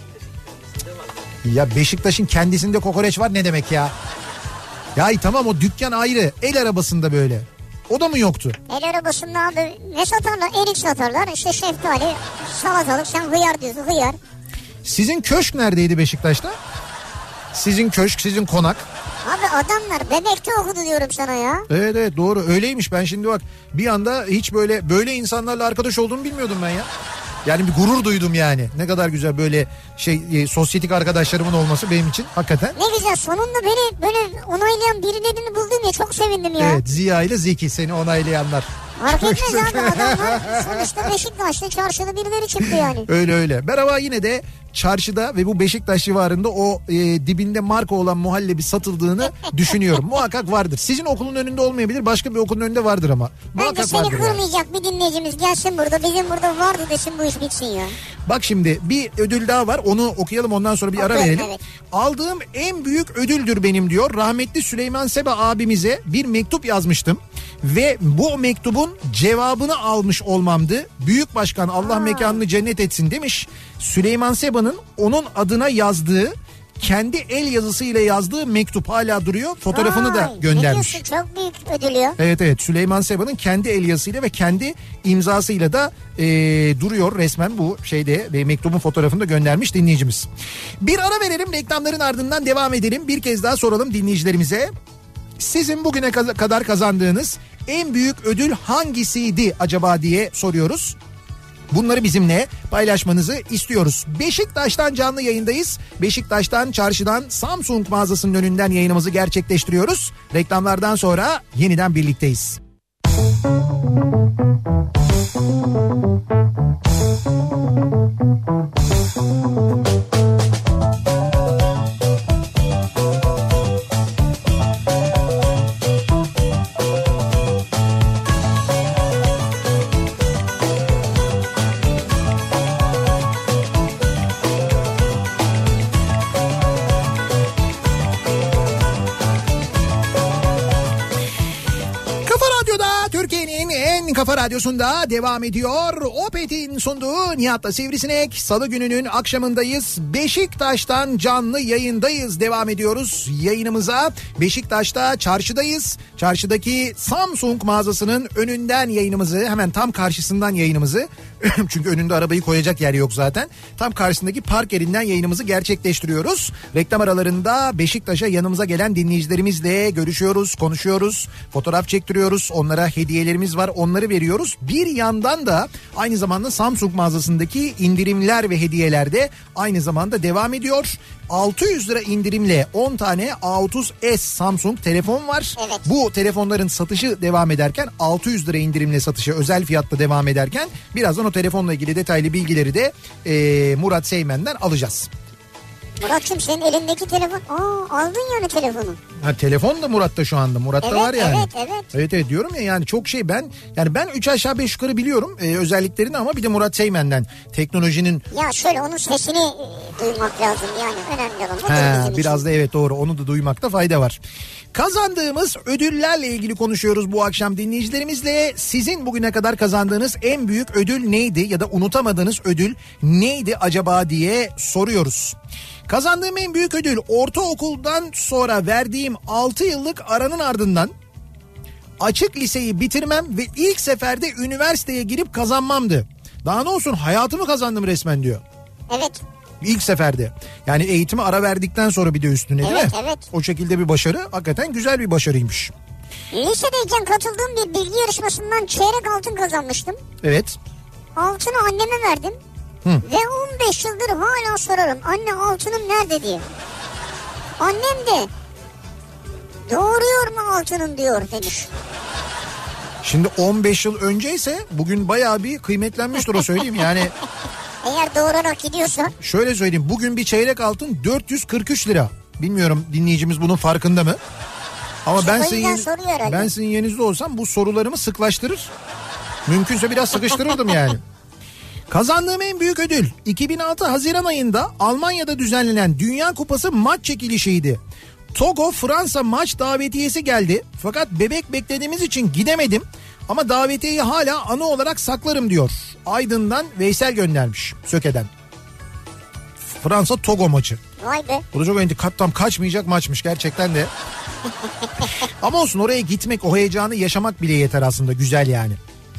Ya Beşiktaş'ın kendisinde kokoreç var ne demek ya? Ya tamam o dükkan ayrı, el arabasında böyle. O da mı yoktu? El arabasında abi ne satarlar? Erik satarlar, işte şeftali, salatalık, sen hıyar diyorsun, hıyar. Sizin köşk neredeydi Beşiktaş'ta? Sizin köşk, sizin konak. Abi adamlar Bebek'te okudu diyorum sana ya. Evet evet doğru öyleymiş, ben şimdi bak bir anda hiç böyle böyle insanlarla arkadaş olduğumu bilmiyordum ben ya. Yani bir gurur duydum yani. Ne kadar güzel böyle şey e, sosyetik arkadaşlarımın olması benim için hakikaten. Ne güzel, sonunda beni böyle onaylayan birilerini buldum ya, çok sevindim ya. Evet, Ziya ile Zeki seni onaylayanlar. Fark etmez abi, adamlar sonuçta Beşiktaş'ta çarşıda birileri çıktı yani. Öyle öyle. Ben ama yine de çarşıda ve bu Beşiktaş civarında o e, dibinde marka olan muhallebi satıldığını düşünüyorum. Muhakkak vardır. Sizin okulun önünde olmayabilir, başka bir okulun önünde vardır ama. Bence Muhakkak seni vardır yani. kırmayacak bir dinleyicimiz gelsin burada, bizim burada vardı desin, bu iş bitsin ya. Bak şimdi bir ödül daha var, onu okuyalım, ondan sonra bir ara Okuyalım, verelim. evet. Aldığım en büyük ödüldür benim diyor. Rahmetli Süleyman Seba abimize bir mektup yazmıştım. Ve bu mektubun cevabını almış olmamdı. Büyük Başkan Allah Aa. mekanını cennet etsin demiş. Süleyman Seba'nın onun adına yazdığı kendi el yazısıyla yazdığı mektup hala duruyor. Fotoğrafını da Vay, göndermiş. Ne diyorsun, çok büyük ödül ya. Evet evet, Süleyman Seba'nın kendi el yazısıyla ve kendi imzasıyla da e, duruyor resmen bu şeyde, ve mektubun fotoğrafını da göndermiş dinleyicimiz. Bir ara verelim, reklamların ardından devam edelim. Bir kez daha soralım dinleyicilerimize. Sizin bugüne kadar kazandığınız en büyük ödül hangisiydi acaba diye soruyoruz. Bunları bizimle paylaşmanızı istiyoruz. Beşiktaş'tan canlı yayındayız. Beşiktaş'tan, çarşıdan, Samsung mağazasının önünden yayınımızı gerçekleştiriyoruz. Reklamlardan sonra yeniden birlikteyiz. Kafa Radyosu'nda devam ediyor. Opet'in sunduğu Nihat'la Sivrisinek. Salı gününün akşamındayız. Beşiktaş'tan canlı yayındayız. Devam ediyoruz yayınımıza. Beşiktaş'ta çarşıdayız. Çarşıdaki Samsung mağazasının önünden yayınımızı, hemen tam karşısından yayınımızı çünkü önünde arabayı koyacak yer yok zaten. Tam karşısındaki park yerinden yayınımızı gerçekleştiriyoruz. Reklam aralarında Beşiktaş'a yanımıza gelen dinleyicilerimizle görüşüyoruz, konuşuyoruz, fotoğraf çektiriyoruz. Onlara hediyelerimiz var, onları veriyoruz. Bir yandan da aynı zamanda Samsung mağazasındaki indirimler ve hediyeler de aynı zamanda devam ediyor. altı yüz lira indirimle on tane A otuz S Samsung telefon var. Evet. Bu telefonların satışı devam ederken, altı yüz lira indirimle satışı özel fiyatta devam ederken birazdan o telefonla ilgili detaylı bilgileri de e, Murat Seymen'den alacağız. Murat'cığım, senin elindeki telefon. Aa, aldın yani telefonu. Ha, telefon da Murat'ta şu anda. Murat'ta evet, var yani. Evet evet. Evet evet diyorum ya, yani çok şey, ben yani ben üç aşağı beş yukarı biliyorum e, özelliklerini, ama bir de Murat Seymen'den teknolojinin. Ya şöyle, onun sesini e, duymak lazım yani, önemli olan. Ha, biraz için da evet, doğru, onu da duymakta fayda var. Kazandığımız ödüllerle ilgili konuşuyoruz bu akşam dinleyicilerimizle. Sizin bugüne kadar kazandığınız en büyük ödül neydi ya da unutamadığınız ödül neydi acaba diye soruyoruz. Kazandığım en büyük ödül, ortaokuldan sonra verdiğim altı yıllık aranın ardından açık liseyi bitirmem ve ilk seferde üniversiteye girip kazanmamdı. Daha ne olsun, hayatımı kazandım resmen diyor. Evet. İlk seferde. Yani eğitimi ara verdikten sonra bir de üstüne, değil evet, mi? Evet. O şekilde bir başarı, hakikaten güzel bir başarıymış. Lisedeyken katıldığım bir bilgi yarışmasından çeyrek altın kazanmıştım. Evet. Altını anneme verdim. Hı. Ve on beş yıldır hala sorarım, anne altınım nerede diye. Annem de doğuruyor mu altınım diyor demiş. Şimdi on beş yıl önceyse bugün bayağı bir kıymetlenmiştir, o söyleyeyim yani. Eğer doğurarak gidiyorsa. Şöyle söyleyeyim, bugün bir çeyrek altın dört yüz kırk üç lira. Bilmiyorum dinleyicimiz bunun farkında mı? Ama Şu ben sizin, ben sizin yerinizde olsam bu sorularımı sıklaştırır. Mümkünse biraz sıkıştırırdım yani. Kazandığım en büyük ödül iki bin altı Haziran ayında Almanya'da düzenlenen Dünya Kupası maç çekilişiydi. Togo Fransa maç davetiyesi geldi. Fakat bebek beklediğimiz için gidemedim. Ama davetiyeyi hala anı olarak saklarım diyor. Aydın'dan Veysel göndermiş, Söke'den. Fransa Togo maçı. Vay be. Bu da çok önemli. Tam kaçmayacak maçmış gerçekten de. Ama olsun, oraya gitmek, o heyecanı yaşamak bile yeter aslında, güzel yani.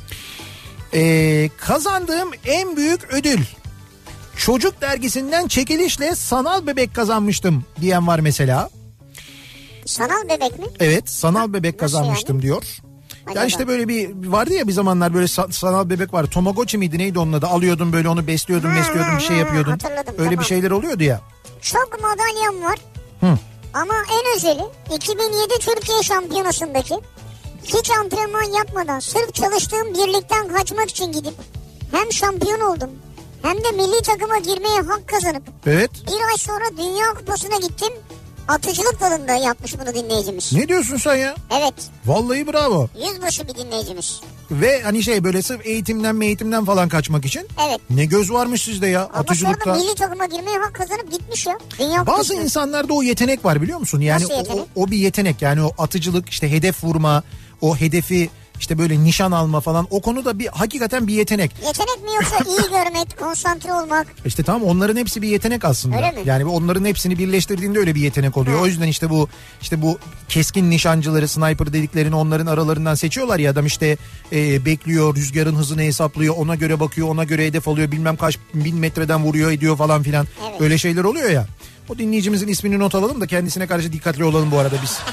Ee, kazandığım en büyük ödül, Çocuk Dergisi'nden çekilişle sanal bebek kazanmıştım diyen var mesela. Sanal bebek mi? Evet, sanal bebek Nasıl kazanmıştım yani? diyor. Acaba? Ya işte böyle bir vardı ya bir zamanlar, böyle sanal bebek vardı. Tamagotchi miydi neydi onun adı? Alıyordun böyle, onu besliyordun ha, besliyordun ha, bir şey yapıyordun. Hatırladım, öyle tamam. Bir şeyler oluyordu ya. Çok madalyam var. Hı. Ama en özeli iki bin yedi Türkiye Şampiyonası'ndaki hiç antrenman yapmadan sırf çalıştığım birlikten kaçmak için gidip hem şampiyon oldum hem de milli takıma girmeye hak kazanıp evet. bir ay sonra Dünya Kupası'na gittim. Atıcılık dalında yapmış bunu dinleyicimiz. Ne diyorsun sen ya? Evet. Vallahi bravo. Yüzbaşı bir dinleyicimiz. Ve hani şey, böyle sırf eğitimden eğitimden falan kaçmak için. Evet. Ne göz varmış sizde ya, ama atıcılıkta. Ama sonra milli takıma girmeye hak kazanıp gitmiş ya. Dünya Bazı Kupası'na. insanlarda o yetenek var, biliyor musun? Yani Nasıl yetenek? O, o bir yetenek yani, o atıcılık, işte hedef vurma, o hedefi işte böyle nişan alma falan, o konuda bir hakikaten bir yetenek. Yetenek mi yoksa iyi görmek, konsantre olmak? İşte tamam, onların hepsi bir yetenek aslında. Öyle mi? Yani onların hepsini birleştirdiğinde öyle bir yetenek oluyor. Ha. O yüzden işte bu işte bu keskin nişancıları, sniper dediklerini onların aralarından seçiyorlar ya, adam işte e, bekliyor, rüzgarın hızını hesaplıyor, ona göre bakıyor, ona göre hedef alıyor, bilmem kaç bin metreden vuruyor ediyor falan filan. Evet. Öyle şeyler oluyor ya. O dinleyicimizin ismini not alalım da kendisine karşı dikkatli olalım bu arada biz.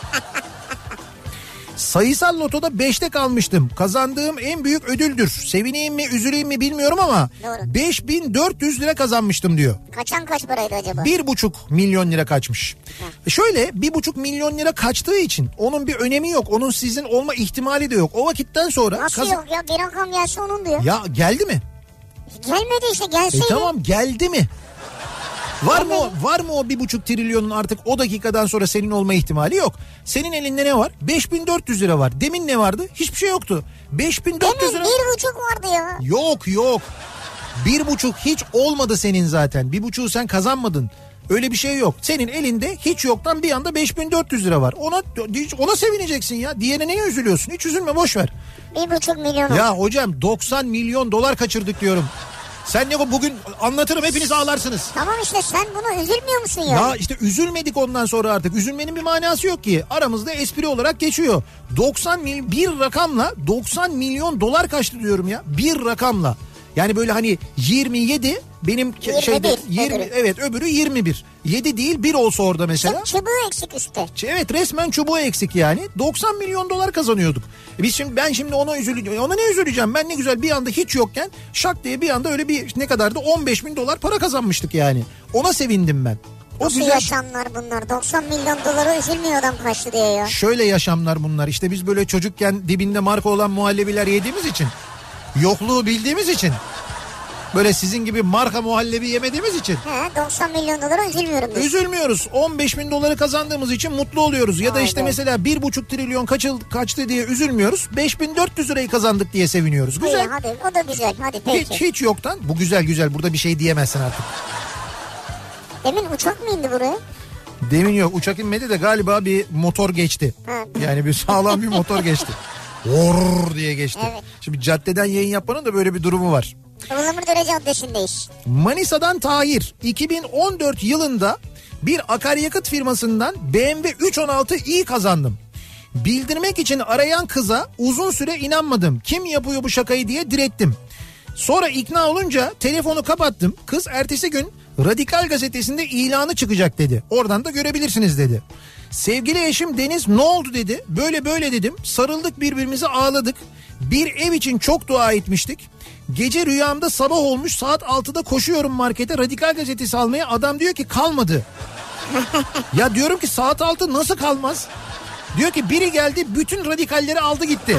Sayısal lotoda beşte kalmıştım. Kazandığım en büyük ödüldür. Sevineyim mi üzüleyim mi bilmiyorum ama doğru. beş bin dört yüz lira kazanmıştım diyor. Kaçan kaç paraydı acaba? Bir buçuk milyon lira kaçmış. E şöyle bir buçuk milyon lira kaçtığı için onun bir önemi yok. Onun sizin olma ihtimali de yok. O vakitten sonra... Nasıl kaz- yok ya, bir rakam gelse onun diyor. Ya geldi mi? Gelmedi işte, gelseydi. E tamam, geldi mi? Var mı o, var mı o bir buçuk trilyonun artık o dakikadan sonra senin olma ihtimali yok. Senin elinde ne var? beş bin dört yüz lira var. Demin ne vardı? Hiçbir şey yoktu. beş bin dört yüz lira. Demin bir buçuk vardı ya. Yok yok. Bir buçuk hiç olmadı senin zaten. Bir buçuğu sen kazanmadın. Öyle bir şey yok. Senin elinde hiç yoktan bir anda beş bin dört yüz lira var. Ona ona sevineceksin ya. Diğerine neye üzülüyorsun? Hiç üzülme, boş ver. Bir buçuk milyon. Ya hocam doksan milyon dolar kaçırdık diyorum. Sen ne, bugün anlatırım, hepiniz ağlarsınız. Tamam işte, sen buna üzülmüyor musun ya? Ya işte üzülmedik ondan sonra artık. Üzülmenin bir manası yok ki. Aramızda espri olarak geçiyor. doksan mil, bir rakamla doksan milyon dolar kaçtı diyorum ya. Bir rakamla. Yani böyle hani yirmi yedi benim yirmi bir, şeyde yirmi öbürü. Evet, öbürü yirmi bir. yedi değil bir olsa orada mesela. Çubuğu eksik üstte. Evet, resmen çubuğu eksik yani. doksan milyon dolar kazanıyorduk. Biz şimdi ben şimdi ona üzüleceğim. Ona ne üzüleceğim? Ben ne güzel bir anda hiç yokken şak diye bir anda öyle bir, ne kadardı, on beş bin dolar para kazanmıştık yani. Ona sevindim ben. O Nasıl güzel yaşamlar bunlar? doksan milyon dolara üzülmüyor adam kaçtı diye ya. Şöyle yaşamlar bunlar. İşte biz böyle çocukken dibinde marka olan muhallebiler yediğimiz için, yokluğu bildiğimiz için, böyle sizin gibi marka muhallebi yemediğimiz için. He, doksan milyon dolara üzülmüyorum biz. Üzülmüyoruz. on beş bin doları kazandığımız için mutlu oluyoruz. Ya da işte evet. mesela bir buçuk trilyon kaçıldı, kaçtı diye üzülmüyoruz. beş bin dört yüz lirayı kazandık diye seviniyoruz. Güzel. İyi, hadi, o da güzel. Hadi peki. Hiç, hiç yoktan. Bu güzel güzel. Burada bir şey diyemezsin artık. Demin uçak mı indi buraya? Demin yok. Uçak inmedi de galiba bir motor geçti. Ha. Yani bir sağlam bir motor geçti. Orr diye geçti. Evet. Şimdi caddeden yayın yapmanın da böyle bir durumu var. Ilımırdere Caddesi'ndeyiz. Manisa'dan Tahir iki bin on dört yılında bir akaryakıt firmasından B M W üç on altı i kazandım. Bildirmek için arayan kıza uzun süre inanmadım. Kim yapıyor bu şakayı diye direttim. Sonra ikna olunca telefonu kapattım. Kız ertesi gün Radikal Gazetesi'nde ilanı çıkacak dedi. Oradan da görebilirsiniz dedi. Sevgili eşim Deniz ne oldu dedi. Böyle böyle dedim. Sarıldık birbirimize, ağladık. Bir ev için çok dua etmiştik. Gece rüyamda sabah olmuş, saat altıda koşuyorum markete Radikal Gazetesi almaya. Adam diyor ki kalmadı. Ya diyorum ki saat altı nasıl kalmaz? Diyor ki biri geldi bütün radikalleri aldı gitti.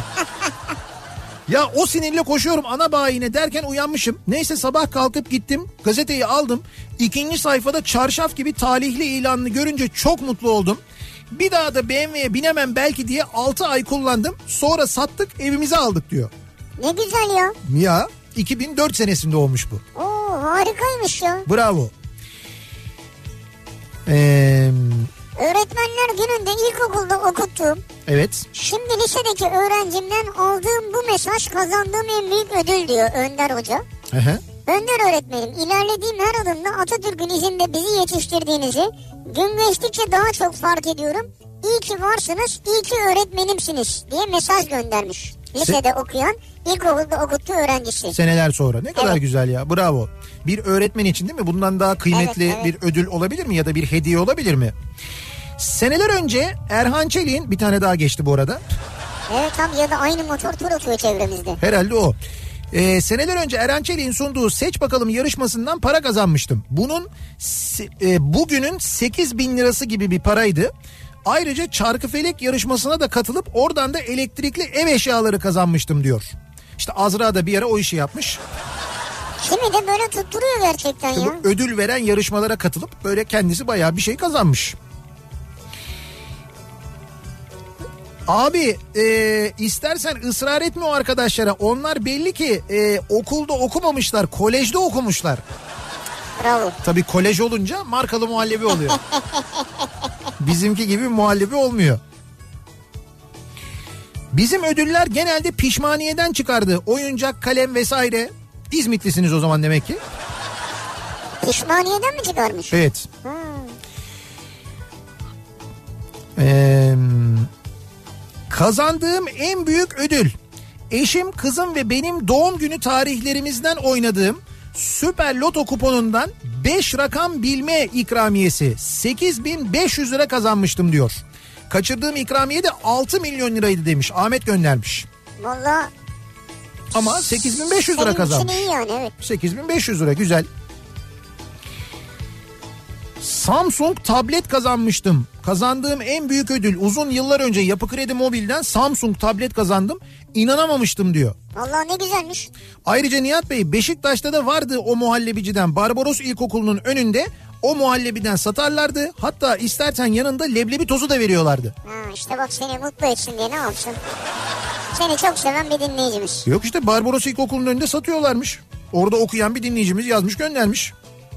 Ya o sinirle koşuyorum ana bayine derken uyanmışım. Neyse sabah kalkıp gittim, gazeteyi aldım. İkinci sayfada çarşaf gibi talihli ilanını görünce çok mutlu oldum. Bir daha da B M W'ye binemem belki diye altı ay kullandım. Sonra sattık, evimize aldık diyor. Ne güzel ya. Ya iki bin dört senesinde olmuş bu. Oo, harikaymış ya. Bravo. Eee... Öğretmenler gününde ilkokulda okuttuğum, evet. Şimdi lisedeki öğrencimden aldığım bu mesaj kazandığım en büyük ödül diyor Önder Hoca. Hı-hı. Önder öğretmenim, ilerlediğim her adımda Atatürk'ün izinde bizi yetiştirdiğinizi gün geçtikçe daha çok fark ediyorum. İyi ki varsınız, iyi ki öğretmenimsiniz diye mesaj göndermiş. Lisede Se- okuyan, ilkokulda okuttuğu öğrencisi. Seneler sonra. Ne kadar evet. güzel ya, bravo. Bir öğretmen için değil mi? Bundan daha kıymetli evet, evet. bir ödül olabilir mi ya da bir hediye olabilir mi? Seneler önce Erhan Çelik'in, bir tane daha geçti bu arada. Evet abi, ya da aynı motor tur atıyor çevremizde. Herhalde o. Ee, seneler önce Erhan Çelik'in sunduğu Seç Bakalım yarışmasından para kazanmıştım. Bunun e, bugünün sekiz bin lirası gibi bir paraydı. Ayrıca Çarkıfelek yarışmasına da katılıp oradan da elektrikli ev eşyaları kazanmıştım diyor. İşte Azra da bir ara o işi yapmış. Kimi de böyle tutturuyor gerçekten işte ya. Ödül veren yarışmalara katılıp böyle kendisi bayağı bir şey kazanmış. Abi e, istersen ısrar etme o arkadaşlara. Onlar belli ki e, okulda okumamışlar, kolejde okumuşlar. Bravo. Tabii kolej olunca markalı muhallebi oluyor. Bizimki gibi muhallebi olmuyor. Bizim ödüller genelde pişmaniyeden çıkardı. Oyuncak, kalem vesaire. İzmitlisiniz o zaman demek ki. Pişmaniyeden mi çıkarmış? Evet. Hmm. Ee, kazandığım en büyük ödül. Eşim, kızım ve benim doğum günü tarihlerimizden oynadığım Süper Loto kuponundan beş rakam bilme ikramiyesi sekiz bin beş yüz lira kazanmıştım diyor. Kaçırdığım ikramiye de altı milyon liraydı demiş. Ahmet göndermiş. Valla. Ama sekiz bin beş yüz lira kazanmış. Senin için iyi yani, evet. sekiz bin beş yüz lira, güzel. Samsung tablet kazanmıştım. Kazandığım en büyük ödül, uzun yıllar önce Yapı Kredi Mobil'den Samsung tablet kazandım. İnanamamıştım diyor. Vallahi ne güzelmiş. Ayrıca Nihat Bey, Beşiktaş'ta da vardı o muhallebiciden, Barbaros İlkokulu'nun önünde o muhallebiden satarlardı. Hatta istersen yanında leblebi tozu da veriyorlardı. Ha, işte bak seni mutlu etsin diye ne yapsın. Seni çok seven bir dinleyicimiz. Yok işte, Barbaros İlkokulu'nun önünde satıyorlarmış. Orada okuyan bir dinleyicimiz yazmış, göndermiş.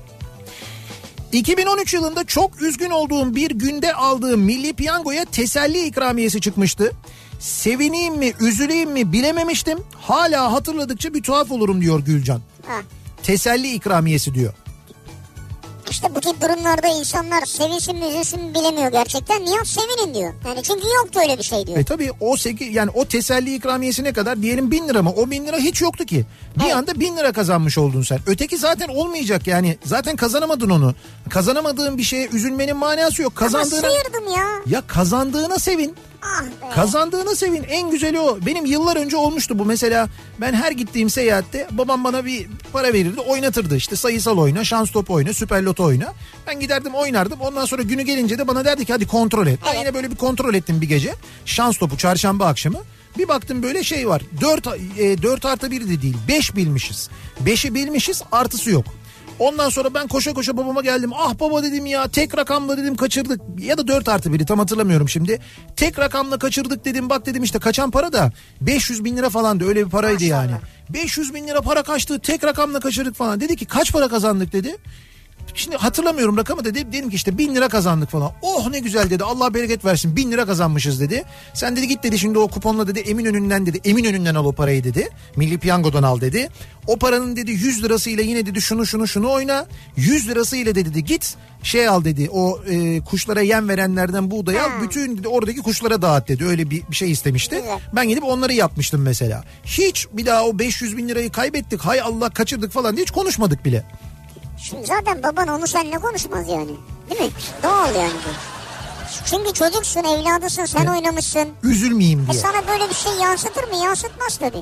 iki bin on üç yılında çok üzgün olduğum bir günde aldığım Milli Piyango'ya teselli ikramiyesi çıkmıştı. Sevineyim mi, üzüleyim mi bilememiştim. Hala hatırladıkça bir tuhaf olurum diyor Gülcan. Ha. Teselli ikramiyesi diyor. İşte bu tip durumlarda insanlar sevinsin mi üzülsün mü bilemiyor gerçekten. Nihat sevinin diyor. Yani çünkü yoktu öyle bir şey diyor. E tabii o seki, yani o teselli ikramiyesi ne kadar? Diyelim bin lira mı? O bin lira hiç yoktu ki. Bir evet. anda bin lira kazanmış oldun sen. Öteki zaten olmayacak yani. Zaten kazanamadın onu. Kazanamadığın bir şeye üzülmenin manası yok. Kazandığına... Ama sıyırdım ya. Ya kazandığına sevin. Ah be. Kazandığına sevin, en güzeli o. Benim yıllar önce olmuştu bu mesela. Ben her gittiğim seyahatte babam bana bir para verirdi, oynatırdı. İşte sayısal oyna, şans topu oyna, süper loto oyna. Ben giderdim oynardım. Ondan sonra günü gelince de bana derdi ki hadi kontrol et. Ben evet. yine böyle bir kontrol ettim bir gece. Şans topu çarşamba akşamı. Bir baktım böyle şey var. dört artı bir de değil, beş bilmişiz. beşi bilmişiz, artısı yok. Ondan sonra ben koşa koşa babama geldim. Ah baba dedim ya, tek rakamla dedim kaçırdık. Ya da dört artı biri, tam hatırlamıyorum şimdi. Tek rakamla kaçırdık dedim. Bak dedim işte kaçan para da beş yüz bin lira falandı, öyle bir paraydı Maşallah. yani. beş yüz bin lira para kaçtı, tek rakamla kaçırdık falan. Dedi ki kaç para kazandık dedi. Şimdi hatırlamıyorum rakamı da, dedim ki işte bin lira kazandık falan. Oh ne güzel dedi, Allah bereket versin, bin lira kazanmışız dedi. Sen dedi git dedi şimdi o kuponla dedi Eminönü'nden dedi Eminönü'nden al o parayı dedi. Milli Piyango'dan al dedi. O paranın dedi yüz lirasıyla yine dedi şunu şunu şunu oyna. yüz lirasıyla dedi git şey al dedi, o e, kuşlara yem verenlerden buğday al. Bütün dedi oradaki kuşlara dağıt dedi, öyle bir, bir şey istemişti. Evet. Ben gidip onları yapmıştım mesela. Hiç bir daha o beş yüz bin lirayı kaybettik, hay Allah kaçırdık falan diye hiç konuşmadık bile. Şimdi zaten baban onu seninle konuşmaz yani. Değil mi? Doğal yani bu. Çünkü çocuksun, evladısın, sen evet. oynamışsın. Üzülmeyeyim diye. E sana böyle bir şey yansıtır mı? Yansıtmaz tabii.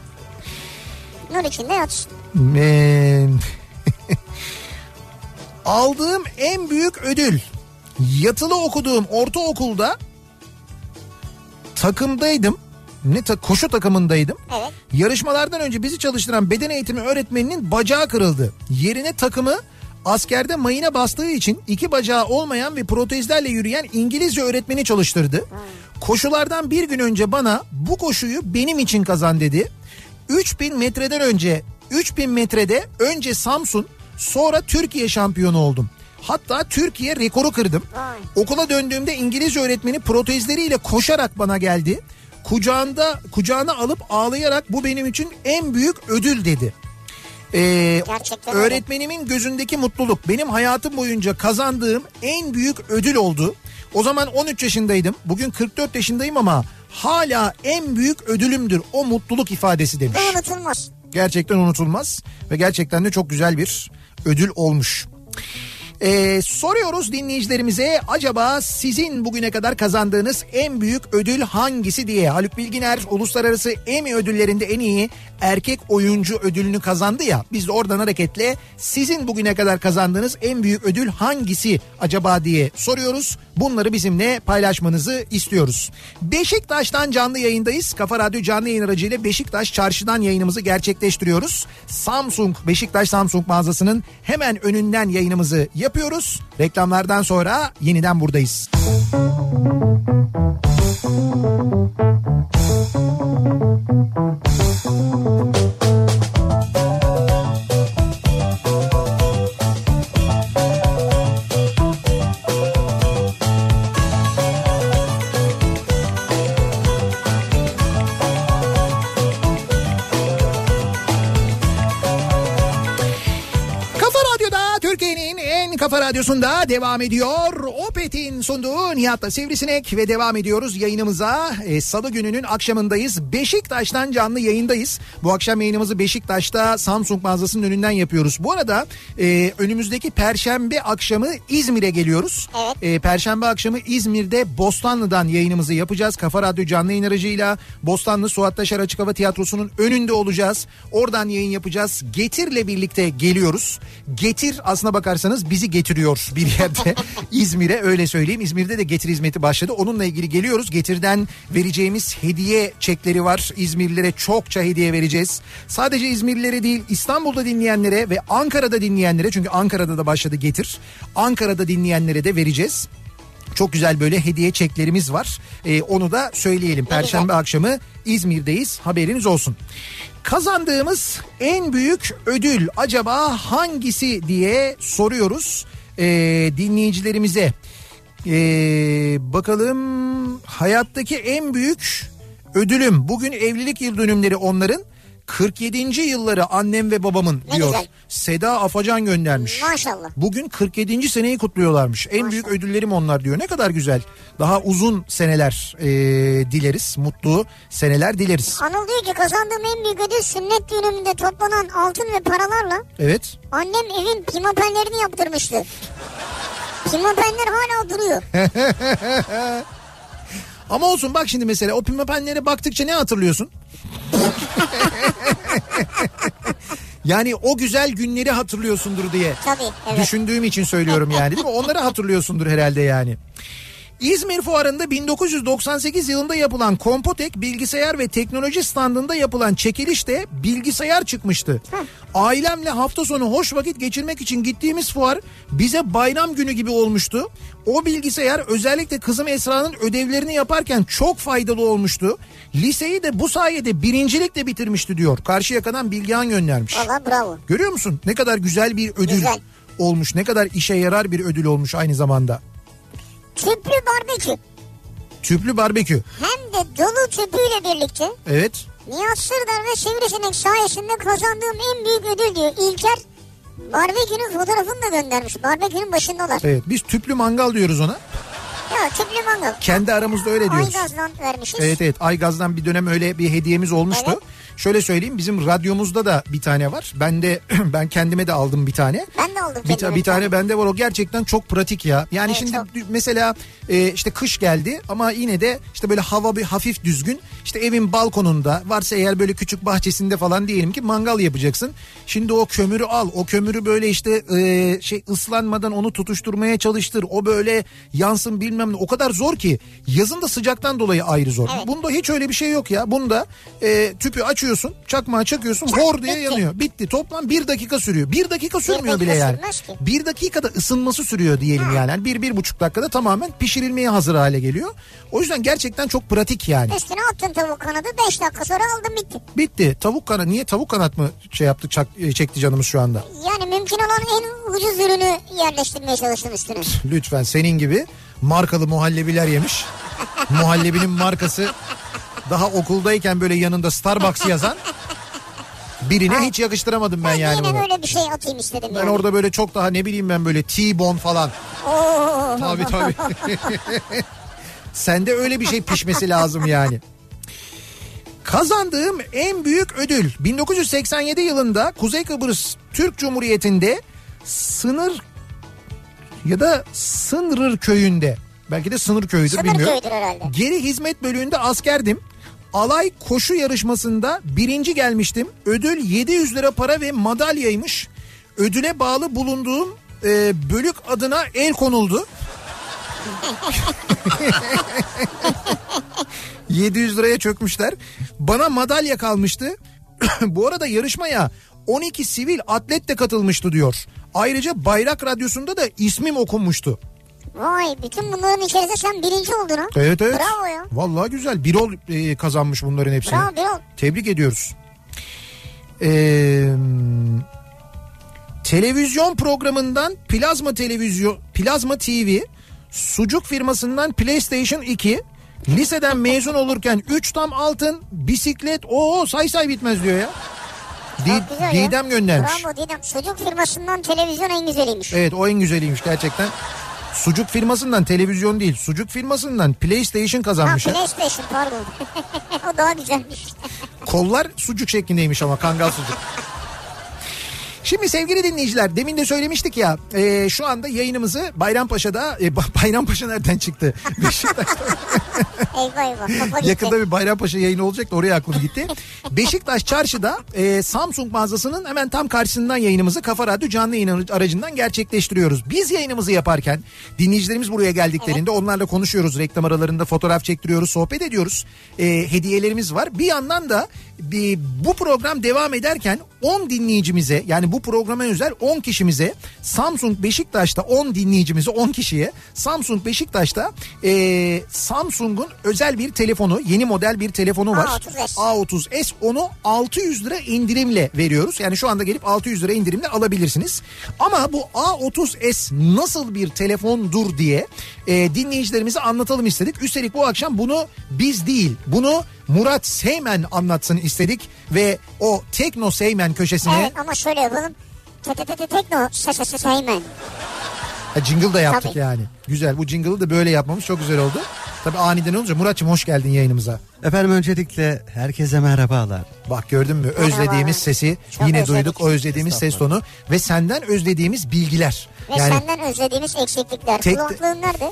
Nur içinde yatsın. Ee, aldığım en büyük ödül. Yatılı okuduğum ortaokulda takımdaydım. Ne ta- koşu takımındaydım. Evet. Yarışmalardan önce bizi çalıştıran beden eğitimi öğretmeninin bacağı kırıldı. Yerine takımı askerde mayına bastığı için iki bacağı olmayan ve protezlerle yürüyen İngilizce öğretmeni çalıştırdı. Hmm. Koşulardan bir gün önce bana bu koşuyu benim için kazan dedi. üç bin metreden önce üç bin metrede önce Samsun, sonra Türkiye şampiyonu oldum. Hatta Türkiye rekoru kırdım. Vay. Okula döndüğümde İngilizce öğretmeni protezleriyle koşarak bana geldi. Kucağında kucağına alıp ağlayarak bu benim için en büyük ödül dedi. Ee, öğretmenimin öyle. Gözündeki mutluluk benim hayatım boyunca kazandığım en büyük ödül oldu. O zaman on üç yaşındaydım. Bugün kırk dört yaşındayım ama hala en büyük ödülümdür o mutluluk ifadesi demiş. Unutulmaz. Gerçekten unutulmaz ve gerçekten de çok güzel bir ödül olmuş. Ee, soruyoruz dinleyicilerimize, acaba sizin bugüne kadar kazandığınız en büyük ödül hangisi diye. Haluk Bilginer uluslararası Emmy ödüllerinde en iyi erkek oyuncu ödülünü kazandı ya, biz de oradan hareketle sizin bugüne kadar kazandığınız en büyük ödül hangisi acaba diye soruyoruz. Bunları bizimle paylaşmanızı istiyoruz. Beşiktaş'tan canlı yayındayız. Kafa Radyo canlı yayın aracıyla Beşiktaş Çarşı'dan yayınımızı gerçekleştiriyoruz. Samsung, Beşiktaş Samsung mağazasının hemen önünden yayınımızı yapıyoruz. Reklamlardan sonra yeniden buradayız. Kafa Radyosu'nda devam ediyor. Opet'in sunduğu Nihat'la Sivrisinek ve devam ediyoruz yayınımıza. E, Salı gününün akşamındayız. Beşiktaş'tan canlı yayındayız. Bu akşam yayınımızı Beşiktaş'ta Samsung mağazasının önünden yapıyoruz. Bu arada e, önümüzdeki Perşembe akşamı İzmir'e geliyoruz. Evet. E, Perşembe akşamı İzmir'de Bostanlı'dan yayınımızı yapacağız. Kafa Radyo canlı yayın aracıyla Bostanlı Suat Taşar Açık Hava Tiyatrosu'nun önünde olacağız. Oradan yayın yapacağız. Getir'le birlikte geliyoruz. Getir aslına bakarsanız bizi getiriyor bir yerde İzmir'e, öyle söyleyeyim. İzmir'de de Getir hizmeti başladı. Onunla ilgili geliyoruz. Getir'den vereceğimiz hediye çekleri var. İzmirlilere çokça hediye vereceğiz. Sadece İzmirlilere değil, İstanbul'da dinleyenlere ve Ankara'da dinleyenlere, çünkü Ankara'da da başladı Getir. Ankara'da dinleyenlere de vereceğiz. Çok güzel böyle hediye çeklerimiz var. Ee, onu da söyleyelim. Perşembe akşamı İzmir'deyiz. Haberiniz olsun. Kazandığımız en büyük ödül acaba hangisi diye soruyoruz ee, dinleyicilerimize. Ee, bakalım, hayattaki en büyük ödülüm. Bugün evlilik yıl dönümleri onların. kırk yedinci yılları annem ve babamın ne diyor. Güzel. Seda Afacan göndermiş. Maşallah. Bugün kırk yedinci seneyi kutluyorlarmış. En Maşallah. büyük ödüllerim onlar diyor. Ne kadar güzel. Daha uzun seneler e, dileriz. Mutlu seneler dileriz. Anıl diyor ki kazandığım en büyük ödül sünnet düğünümünde toplanan altın ve paralarla Evet. annem evin pimapenlerini yaptırmıştı. Pimapenler hala duruyor. Ama olsun, bak şimdi mesela o pimapenlere baktıkça ne hatırlıyorsun? Yani o güzel günleri hatırlıyorsundur diye Tabii, evet. düşündüğüm için söylüyorum yani, değil mi? Onları hatırlıyorsundur herhalde yani. İzmir Fuarı'nda bin dokuz yüz doksan sekiz yılında yapılan Kompotek bilgisayar ve teknoloji standında yapılan çekilişte bilgisayar çıkmıştı. Hı. Ailemle hafta sonu hoş vakit geçirmek için gittiğimiz fuar bize bayram günü gibi olmuştu. O bilgisayar özellikle kızım Esra'nın ödevlerini yaparken çok faydalı olmuştu. Liseyi de bu sayede birincilikle bitirmişti diyor. Karşıyaka'dan Bilgehan göndermiş. Valla bravo. Görüyor musun? Ne kadar güzel bir ödül Güzel. olmuş. Ne kadar işe yarar bir ödül olmuş aynı zamanda. Tüplü barbekü. Tüplü barbekü. Hem de dolu tüpüyle birlikte Evet. Nihat Sırdar ve Sivrisinek sayesinde kazandığım en büyük ödül diyor. İlker barbekünün fotoğrafını da göndermiş. Barbekünün başındalar. Evet, biz tüplü mangal diyoruz ona. Ya tüplü mangal. Kendi aramızda öyle diyoruz. Aygaz'dan vermişiz. Evet evet, Aygaz'dan bir dönem öyle bir hediyemiz olmuştu. Evet. Şöyle söyleyeyim, bizim radyomuzda da bir tane var. Ben de ben kendime de aldım bir tane. Ben de aldım Bir, kendime ta, bir bir tane. tane bende var, o gerçekten çok pratik ya. Yani Evet, şimdi çok. mesela e, işte kış geldi ama yine de işte böyle hava bir hafif düzgün. İşte evin balkonunda varsa eğer, böyle küçük bahçesinde falan diyelim ki mangal yapacaksın. Şimdi o kömürü al, o kömürü böyle işte e, şey ıslanmadan onu tutuşturmaya çalıştır. O böyle yansın bilmem ne, o kadar zor ki. Yazın da sıcaktan dolayı ayrı zor. Evet. Bunda hiç öyle bir şey yok ya. Bunda e, tüpü açıyorsun, çakmağı çakıyorsun, Çak, hor diye bitti. yanıyor. Bitti. Toplam bir dakika sürüyor. Bir dakika sürmüyor dakika bile yani. sürmez ki. Bir dakikada ısınması sürüyor diyelim yani. yani. Bir, bir buçuk dakikada tamamen pişirilmeye hazır hale geliyor. O yüzden gerçekten çok pratik yani. Üstüne attın tavuk kanadı, beş dakika sonra aldın bitti. Bitti. Tavuk kanat. Niye tavuk kanat mı şey yaptı, çak, çekti canımız şu anda? Yani mümkün olan en ucuz ürünü yerleştirmeye çalıştım üstüne. Lütfen, senin gibi markalı muhallebiler yemiş. Muhallebinin markası daha okuldayken böyle yanında Starbucks yazan birine hiç yakıştıramadım ben, Ben yani yine bunu. böyle bir şey atayım istedim Ben yani. orada böyle çok daha ne bileyim ben böyle T-bone falan. Oo. Tabii tabii. Sende öyle bir şey pişmesi lazım yani. Kazandığım en büyük ödül bin dokuz yüz seksen yedi yılında Kuzey Kıbrıs Türk Cumhuriyeti'nde Sınır ya da Sınırır köyünde, belki de Sınır köyüdür, Sınır bilmiyorum. köyüdür herhalde. Geri hizmet bölüğünde askerdim. Alay koşu yarışmasında birinci gelmiştim. Ödül yedi yüz lira para ve madalyaymış. Ödüle bağlı bulunduğum e, bölük adına el konuldu. yedi yüz liraya çökmüşler. Bana madalya kalmıştı. Bu arada yarışmaya on iki sivil atlet de katılmıştı diyor. Ayrıca Bayrak Radyosu'nda da ismim okunmuştu. Vay, bütün bunların içerisinde sen birinci oldun ha. Evet evet. Bravo ya. Vallahi güzel. Birol e, kazanmış bunların hepsini. Bravo Birol. Tebrik ediyoruz. Ee, televizyon programından plazma televizyon, plazma T V, sucuk firmasından PlayStation iki, liseden mezun olurken üç tam altın, bisiklet, o say say bitmez diyor ya. Di- güzel ya. Didem göndermiş. Bravo Didem. Sucuk firmasından televizyon en güzeliymiş. Evet, o en güzeliymiş gerçekten. Sucuk firmasından televizyon değil, sucuk firmasından PlayStation kazanmış. Ha, Ha, PlayStation pardon. O daha güzelmiş. Kollar sucuk şeklindeymiş ama, kangal sucuk. Şimdi sevgili dinleyiciler, demin de söylemiştik ya, e, şu anda yayınımızı Bayrampaşa'da, e, Bayrampaşa nereden çıktı? Beşiktaş'ta. Eyvah eyvah, kafa gitti. Yakında bir Bayrampaşa yayını olacak da oraya aklım gitti. Beşiktaş Çarşı'da e, Samsung mağazasının hemen tam karşısından yayınımızı Kafa Radyo canlı yayın aracından gerçekleştiriyoruz. Biz yayınımızı yaparken dinleyicilerimiz buraya geldiklerinde evet. onlarla konuşuyoruz. Reklam aralarında fotoğraf çektiriyoruz, sohbet ediyoruz. E, hediyelerimiz var. Bir yandan da bir, bu program devam ederken on dinleyicimize, yani bu programa özel on kişimize Samsung Beşiktaş'ta on dinleyicimize on kişiye Samsung Beşiktaş'ta e, Samsung'un özel bir telefonu, yeni model bir telefonu var. A otuz S. A otuz S, onu altı yüz lira indirimle veriyoruz. Yani şu anda gelip altı yüz lira indirimle alabilirsiniz. Ama bu A otuz S nasıl bir telefondur diye e, dinleyicilerimize anlatalım istedik. Üstelik bu akşam bunu biz değil, bunu Murat Seymen anlatsın istedik ve o Tekno Seymen köşesine... Evet, ama şöyle yapalım. Tekno Seymen. Ha, jingle da yaptık Tabii. yani. Güzel, bu jingle'ı da böyle yapmamız çok güzel oldu. Tabii aniden olunca. Murat'cığım hoş geldin yayınımıza. Efendim öncelikle herkese merhabalar. Bak gördün mü, özlediğimiz sesi Çok yine özledik. duyduk, o özlediğimiz ses tonu ve senden özlediğimiz bilgiler. Ve Yani senden özlediğimiz eksiklikler. Tek- Kulaklığın nerede?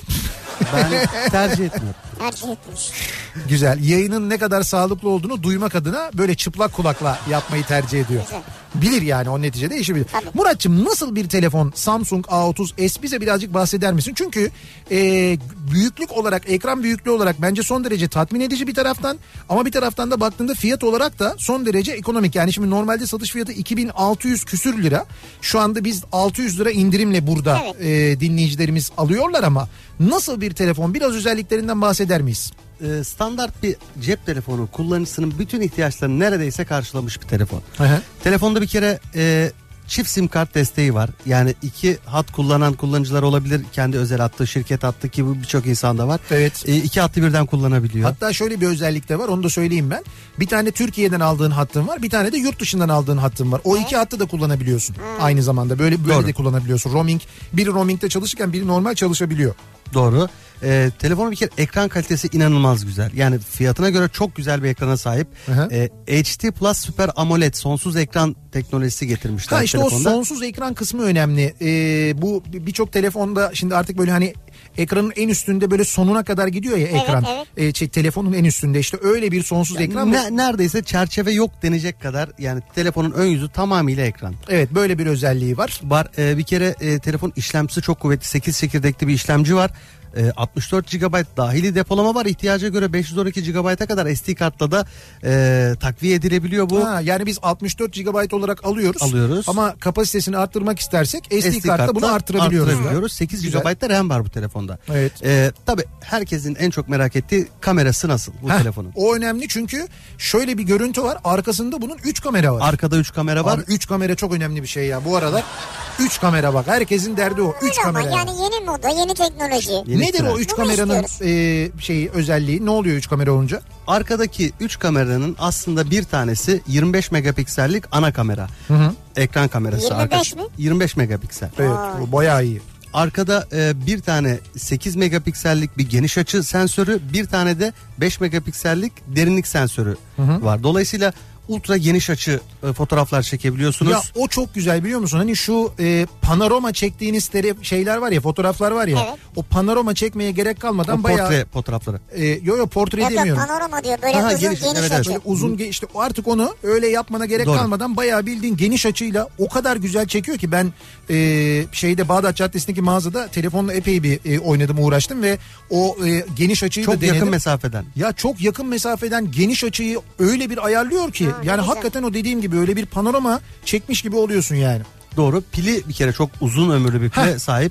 Ben tercih etmiyorum. Tercih etmiş. güzel, yayının ne kadar sağlıklı olduğunu duymak adına böyle çıplak kulakla yapmayı tercih ediyor. Güzel. Bilir yani, o neticede işi bilir. Tabii. Murat'cığım, nasıl bir telefon Samsung A otuz S, bize birazcık bahseder misin? Çünkü e, büyüklük olarak, ekran büyüklüğü olarak bence son derece tatmin edici bir taraftan, ama bir taraftan da baktığında fiyat olarak da son derece ekonomik. Yani şimdi normalde satış fiyatı iki bin altı yüz küsür lira. Şu anda biz altı yüz lira indirimle burada Evet. e, dinleyicilerimiz alıyorlar, ama nasıl bir telefon, biraz özelliklerinden bahseder miyiz? Ee, standart bir cep telefonu, kullanıcısının bütün ihtiyaçlarını neredeyse karşılamış bir telefon. Hı hı. Telefonda bir kere e, çift sim kart desteği var. Yani iki hat kullanan kullanıcılar olabilir. Kendi özel hattı, şirket hattı ki bu birçok insanda var. Evet. E, iki hattı birden kullanabiliyor. Hatta şöyle bir özellik de var, onu da söyleyeyim ben. Bir tane Türkiye'den aldığın hattın var, bir tane de yurt dışından aldığın hattın var. O iki hattı da kullanabiliyorsun aynı zamanda. Böyle böyle Doğru. de kullanabiliyorsun. Roaming, biri roaming'de çalışırken biri normal çalışabiliyor. Doğru. Ee, telefonun bir kere ekran kalitesi inanılmaz güzel. Yani fiyatına göre çok güzel bir ekrana sahip. Hı hı. Ee, H D Plus Super AMOLED sonsuz ekran teknolojisi getirmişler Ha işte telefonda. o sonsuz ekran kısmı önemli. Ee, bu birçok telefonda şimdi artık böyle hani ekranın en üstünde böyle sonuna kadar gidiyor ya ekran. evet. Ee, şey, telefonun en üstünde işte öyle bir sonsuz Yani ekran. ne- neredeyse çerçeve yok denecek kadar, yani telefonun ön yüzü tamamıyla ekran. Evet, böyle bir özelliği var. Var e, bir kere e, telefon işlemcisi çok kuvvetli, sekiz çekirdekli bir işlemci var. E, altmış dört gigabayt dahili depolama var. İhtiyaca göre beş yüz on iki gigabayta kadar S D kartla da e, takviye edilebiliyor bu. Ha, yani biz altmış dört gigabayt olarak alıyoruz. Alıyoruz. Ama kapasitesini arttırmak istersek S D, kartla bunu arttırabiliyoruz. arttırabiliyoruz. sekiz Güzel. gigabayt da RAM var bu telefonda. Evet. E, tabii herkesin en çok merak ettiği kamerası nasıl bu Heh, telefonun. o önemli çünkü şöyle bir görüntü var. Arkasında bunun üç kamera var. Arkada üç kamera var. üç kamera çok önemli bir şey ya. Bu aralar üç kamera bak. Herkesin derdi o. üç Öyle ama kamera. yani yeni moda, yeni teknoloji. Yeni Nedir o trend. üç Bunu kameranın istiyoruz. e, şeyi özelliği? Ne oluyor üç kamera olunca? Arkadaki üç kameranın aslında bir tanesi yirmi beş megapiksellik ana kamera. Hı hı. Ekran kamerası. yirmi beş Arka- mi? yirmi beş megapiksel. Evet, Vay. bu bayağı iyi. Arkada e, bir tane sekiz megapiksellik bir geniş açı sensörü, bir tane de beş megapiksellik derinlik sensörü var. Dolayısıyla ultra geniş açı e, fotoğraflar çekebiliyorsunuz. Ya o çok güzel, biliyor musun? Hani şu e, panorama çektiğiniz tele, şeyler var ya, fotoğraflar var ya. Evet. O panorama çekmeye gerek kalmadan O bayağı portre fotoğrafları. e, yo yo portre Yok yok, demiyorum. panorama diyor, böyle Aha, uzun geniş, geniş, evet, açı. evet. Uzun ge- işte artık onu öyle yapmana gerek Doğru. kalmadan bayağı bildiğin geniş açıyla o kadar güzel çekiyor ki ben e, şeyde Bağdat Caddesi'ndeki mağazada telefonla epey bir e, oynadım, uğraştım ve o e, geniş açıyı da Çok denedim. yakın mesafeden. Ya çok yakın mesafeden geniş açıyı öyle bir ayarlıyor ki Ha, ne yani güzel. hakikaten o dediğim gibi öyle bir panorama çekmiş gibi oluyorsun yani. Doğru. Pili bir kere çok uzun ömürlü bir pile Heh. sahip.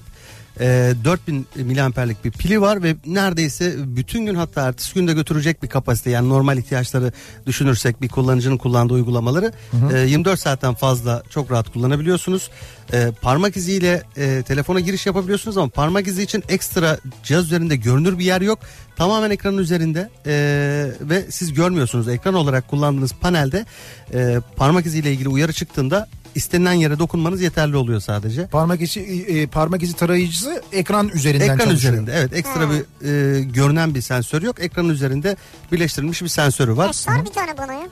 E, dört bin miliamperlik bir pili var ve neredeyse bütün gün, hatta ertesi gün de götürecek bir kapasite. Yani normal ihtiyaçları düşünürsek bir kullanıcının kullandığı uygulamaları hı hı. E, yirmi dört saatten fazla çok rahat kullanabiliyorsunuz. E, parmak iziyle e, telefona giriş yapabiliyorsunuz ama parmak izi için ekstra cihaz üzerinde görünür bir yer yok. Tamamen ekranın üzerinde e, ve siz görmüyorsunuz. Ekran olarak kullandığınız panelde e, parmak iziyle ilgili uyarı çıktığında istenilen yere dokunmanız yeterli oluyor sadece. Parmak izi e, parmak izi tarayıcısı ekran üzerinden ekran çalışıyor. üzerinde, evet, ekstra hmm. bir e, görünen bir sensör yok. Ekranın üzerinde birleştirilmiş bir sensörü var. Ya sor bir tane bana ya.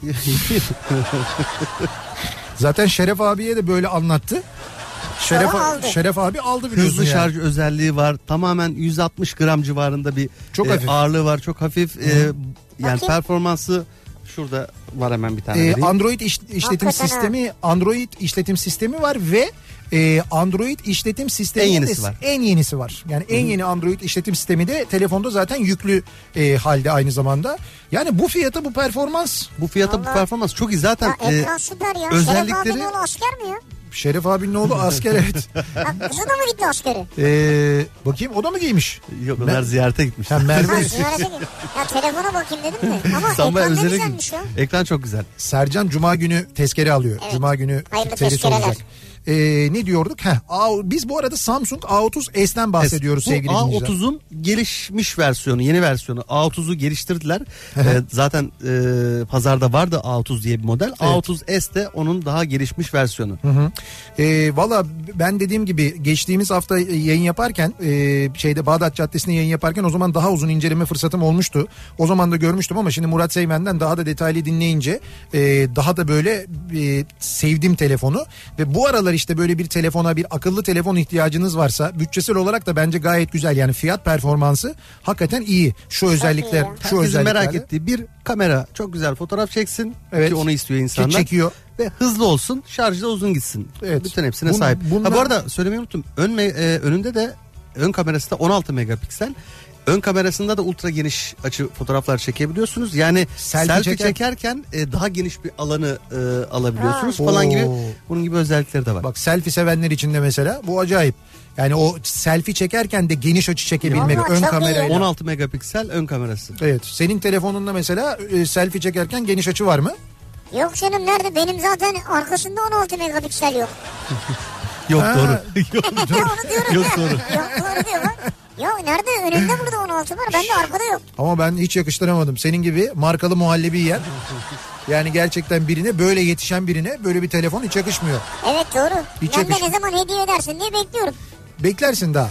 Zaten Şeref abiye de böyle anlattı. Şeref, Şeref abi aldı biliyorsun. Hızlı yani. şarj özelliği var. Tamamen yüz altmış gram civarında bir çok e, hafif. ağırlığı var. Çok hafif. E, yani Bakayım. Performansı şurada var, hemen bir tane. Ee, Android iş, işletim Hakikaten sistemi, Android işletim sistemi var ve e, Android işletim sistemi en yenisi var. En yenisi var. Yani en Hı-hı. yeni Android işletim sistemi de telefonda zaten yüklü e, halde aynı zamanda. Yani bu fiyata bu performans. Bu fiyata Vallahi. bu performans çok iyi zaten. Ya ekran e, süper ya. Özellikleri... Şeref abinin oğlu asker mi ya? Şeref abinin oğlu asker, evet. Ya, kızı da mı gitti askere? Ee, bakayım o da mı giymiş? Yok, onlar Mer- ziyarete gitmiş. Ha, Merve. Ha, ziyarete gitmiş. Ya telefona bakayım dedim de. Ama Samba ekran ne güzelmiş ya. Ekran çok güzel. Sercan Cuma günü tezkere alıyor. Evet. Cuma günü terisi olacak. Ee, ne diyorduk? Heh, A, biz bu arada Samsung A otuz S'ten bahsediyoruz S, sevgili dinleyiciler. A otuzun gelişmiş versiyonu, yeni versiyonu. A otuzu geliştirdiler. ee, zaten e, pazarda vardı A otuz diye bir model. Evet. A otuz S de onun daha gelişmiş versiyonu. Hı hı. Ee, Valla ben dediğim gibi geçtiğimiz hafta yayın yaparken e, şeyde Bağdat Caddesi'nde yayın yaparken o zaman daha uzun inceleme fırsatım olmuştu. O zaman da görmüştüm ama şimdi Murat Seymen'den daha da detaylı dinleyince e, daha da böyle e, sevdim telefonu ve bu aralar işte böyle bir telefona, bir akıllı telefon ihtiyacınız varsa bütçesel olarak da bence gayet güzel. Yani fiyat performansı hakikaten iyi. Şu özellikler, şu Herkesin özellikler. merak ettiği bir kamera, çok güzel fotoğraf çeksin. Evet. Ki onu istiyor insanlar. Ki çekiyor. Ve hızlı olsun, şarjı da uzun gitsin. Evet. Bütün hepsine Bun, sahip. Bunlar... Ha, bu arada söylemeyi unuttum. Ön me- e, önünde de ön kamerası da on altı megapiksel. Ön kamerasında da ultra geniş açı fotoğraflar çekebiliyorsunuz. Yani selfie, selfie çeker... çekerken e, daha geniş bir alanı e, alabiliyorsunuz ha. falan gibi. Bunun gibi özellikleri de var. Bak selfie sevenler için de mesela bu acayip. Yani o selfie çekerken de geniş açı çekebilmek ön kamerayla. on altı megapiksel ön kamerası. Evet. Senin telefonunda mesela e, selfie çekerken geniş açı var mı? Yok canım, nerede? Benim zaten arkasında on altı megapiksel yok. Yok ha. doğru. Yok doğru. Onu diyorum yok ya. doğru. Yok doğru diyor bak. Ya nerede? Önünde burada on altı var. Bende arkada yok. Ama ben hiç yakıştıramadım. Senin gibi markalı muhallebi yiyen. Yani gerçekten birine, böyle yetişen birine böyle bir telefon hiç yakışmıyor. Evet doğru. Hiç ben yakış... de ne zaman hediye edersin diye bekliyorum. Beklersin daha.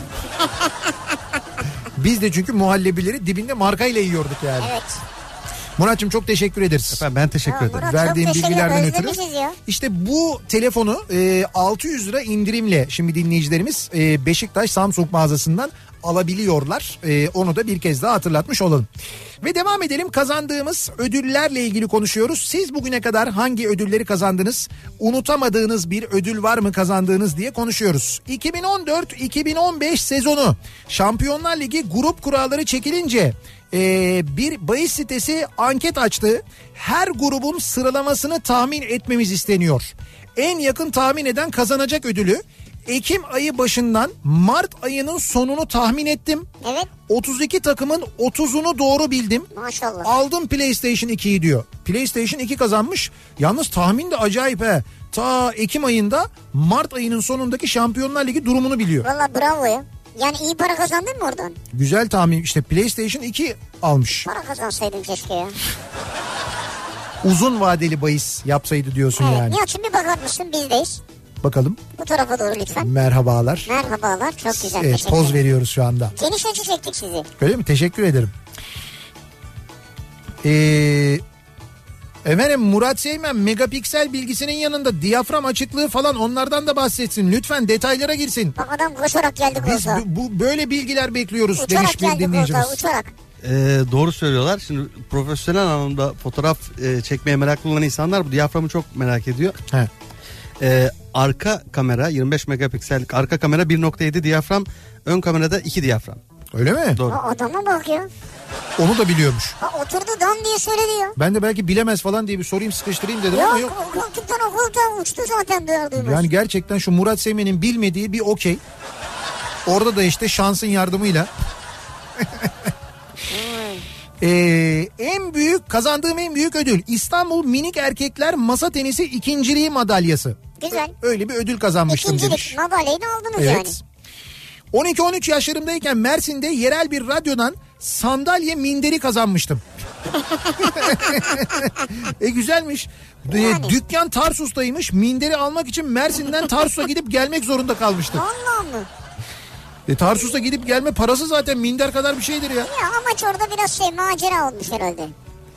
Biz de çünkü muhallebileri dibinde markayla yiyorduk yani. Evet. Murat'cığım çok teşekkür ederiz. Efendim ben teşekkür ya, ederim. Murat, verdiğin bilgilerden ötürü. Ya. İşte bu telefonu e, altı yüz lira indirimle şimdi dinleyicilerimiz e, Beşiktaş Samsung mağazasından alabiliyorlar. E, onu da bir kez daha hatırlatmış olalım. Ve devam edelim, kazandığımız ödüllerle ilgili konuşuyoruz. Siz bugüne kadar hangi ödülleri kazandınız? Unutamadığınız bir ödül var mı kazandığınız diye konuşuyoruz. iki bin on dört iki bin on beş sezonu Şampiyonlar Ligi grup kuralları çekilince Ee, bir bahis sitesi anket açtı. Her grubun sıralamasını tahmin etmemiz isteniyor. En yakın tahmin eden kazanacak ödülü. Ekim ayı başından Mart ayının sonunu tahmin ettim. Evet. otuz iki takımın otuzunu doğru bildim. Maşallah. Aldım PlayStation ikiyi diyor. PlayStation iki kazanmış. Yalnız tahmin de acayip he. Ta Ekim ayında Mart ayının sonundaki Şampiyonlar Ligi durumunu biliyor. Valla bravo ya. Yani iyi para kazandın mı oradan? Güzel tahmin, işte PlayStation iki almış. Para kazansaydın keşke ya. Uzun vadeli bahis yapsaydı diyorsun evet, yani. Nihat'cığım bir bakar mısın, bizdeyiz. Bakalım. Bu tarafa doğru lütfen. Merhabalar. Merhabalar, çok güzel. Evet, poz veriyoruz şu anda. Geniş açı çektik sizi. Öyle mi? Teşekkür ederim. Eee... Efendim Murat Seymen megapiksel bilgisinin yanında diyafram açıklığı falan, onlardan da bahsetsin. Lütfen detaylara girsin. Bak adam koşarak geldi koltuğa. Biz bu, bu böyle bilgiler bekliyoruz uçarak demiş bir dinleyicimiz. Koltuğa, uçarak. Ee, doğru söylüyorlar. Şimdi profesyonel anlamda fotoğraf e, çekmeye meraklı olan insanlar bu diyaframı çok merak ediyor. He. Ee, arka kamera yirmi beş megapiksellik arka kamera bir nokta yedi diyafram, ön kamerada iki diyafram. Öyle mi? Doğru. Ha, adama bak ya. Onu da biliyormuş. Ha, oturdu dan diye söyledi ya. Ben de belki bilemez falan diye bir sorayım, sıkıştırayım dedim yok, ama yok. Yok koltuktan o koltuğa uçtu zaten duyar duymaz. Yani gerçekten şu Murat Seymen'in bilmediği bir okey. Orada da işte şansın yardımıyla. Ee, en büyük kazandığım en büyük ödül İstanbul Minik Erkekler Masa Tenisi ikinciliği madalyası. Güzel. Öyle bir ödül kazanmıştım İkincilik demiş. madalyayı da aldınız Evet. yani. on iki on üç yaşlarımdayken Mersin'de yerel bir radyodan sandalye minderi kazanmıştım. e güzelmiş. Yani. Dükkan Tarsus'taymış. Minderi almak için Mersin'den Tarsus'a gidip gelmek zorunda kalmıştım. Allah mı? E Tarsus'a gidip gelme parası zaten minder kadar bir şeydir ya. Ya amaç orada biraz şey macera olmuş herhalde.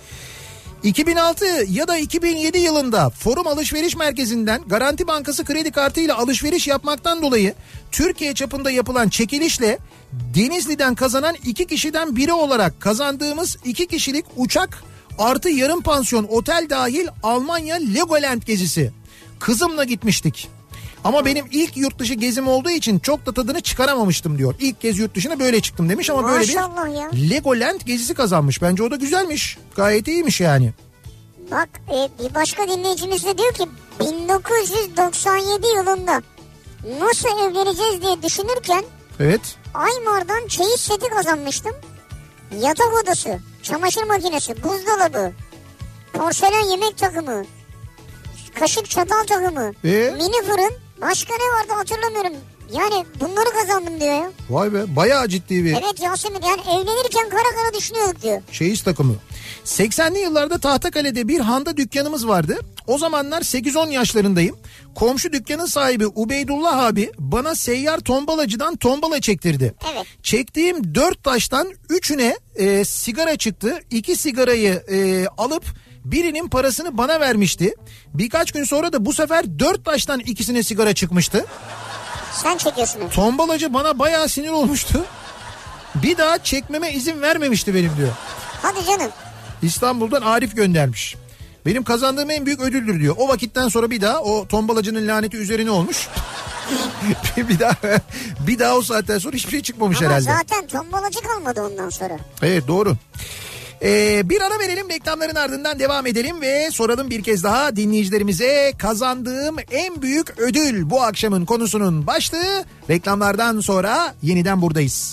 iki bin altı ya da iki bin yedi yılında Forum Alışveriş Merkezi'nden Garanti Bankası kredi kartıyla alışveriş yapmaktan dolayı Türkiye çapında yapılan çekilişle Denizli'den kazanan iki kişiden biri olarak kazandığımız iki kişilik uçak artı yarım pansiyon otel dahil Almanya Legoland gezisi. Kızımla gitmiştik. Ama benim ilk yurt dışı gezim olduğu için çok da tadını çıkaramamıştım diyor. İlk kez yurt dışına böyle çıktım demiş ama böyle Maşallah bir ya. Legoland gezisi kazanmış. Bence o da güzelmiş. Gayet iyiymiş yani. Bak e, bir başka dinleyicimiz de diyor ki bin dokuz yüz doksan yedi yılında nasıl evleneceğiz diye düşünürken Evet. Aymar'dan çeyiz seti kazanmıştım. Yatak odası, çamaşır makinesi, buzdolabı, porselen yemek takımı, kaşık çatal takımı, Ee? mini fırın, başka ne vardı hatırlamıyorum. Yani bunları kazandım diyor ya. Vay be, bayağı ciddi bir Evet Yasemin, yani evlenirken kara kara düşünüyorduk diyor. çeyiz takımı. seksenli yıllarda Tahtakale'de bir handa dükkanımız vardı. O zamanlar sekiz on yaşlarındayım. Komşu dükkanın sahibi Ubeydullah abi bana seyyar tombalacıdan tombala çektirdi. Evet. Çektiğim dört taştan üçüne e, sigara çıktı. İki sigarayı e, alıp birinin parasını bana vermişti. Birkaç gün sonra da bu sefer dört taştan ikisine sigara çıkmıştı. Sen çekiyorsun. Tombalacı bana bayağı sinir olmuştu. Bir daha çekmeme izin vermemişti benim diyor. Hadi canım. İstanbul'dan Arif göndermiş. Benim kazandığım en büyük ödüldür diyor. O vakitten sonra bir daha o tombalacının laneti üzerine olmuş. bir daha bir daha o saatten sonra hiçbir şey çıkmamış Ama herhalde. zaten tombalacı kalmadı ondan sonra. Evet, doğru. Ee, bir ara verelim, reklamların ardından devam edelim ve soralım bir kez daha dinleyicilerimize kazandığım en büyük ödül bu akşamın konusunun başlığı. Reklamlardan sonra yeniden buradayız.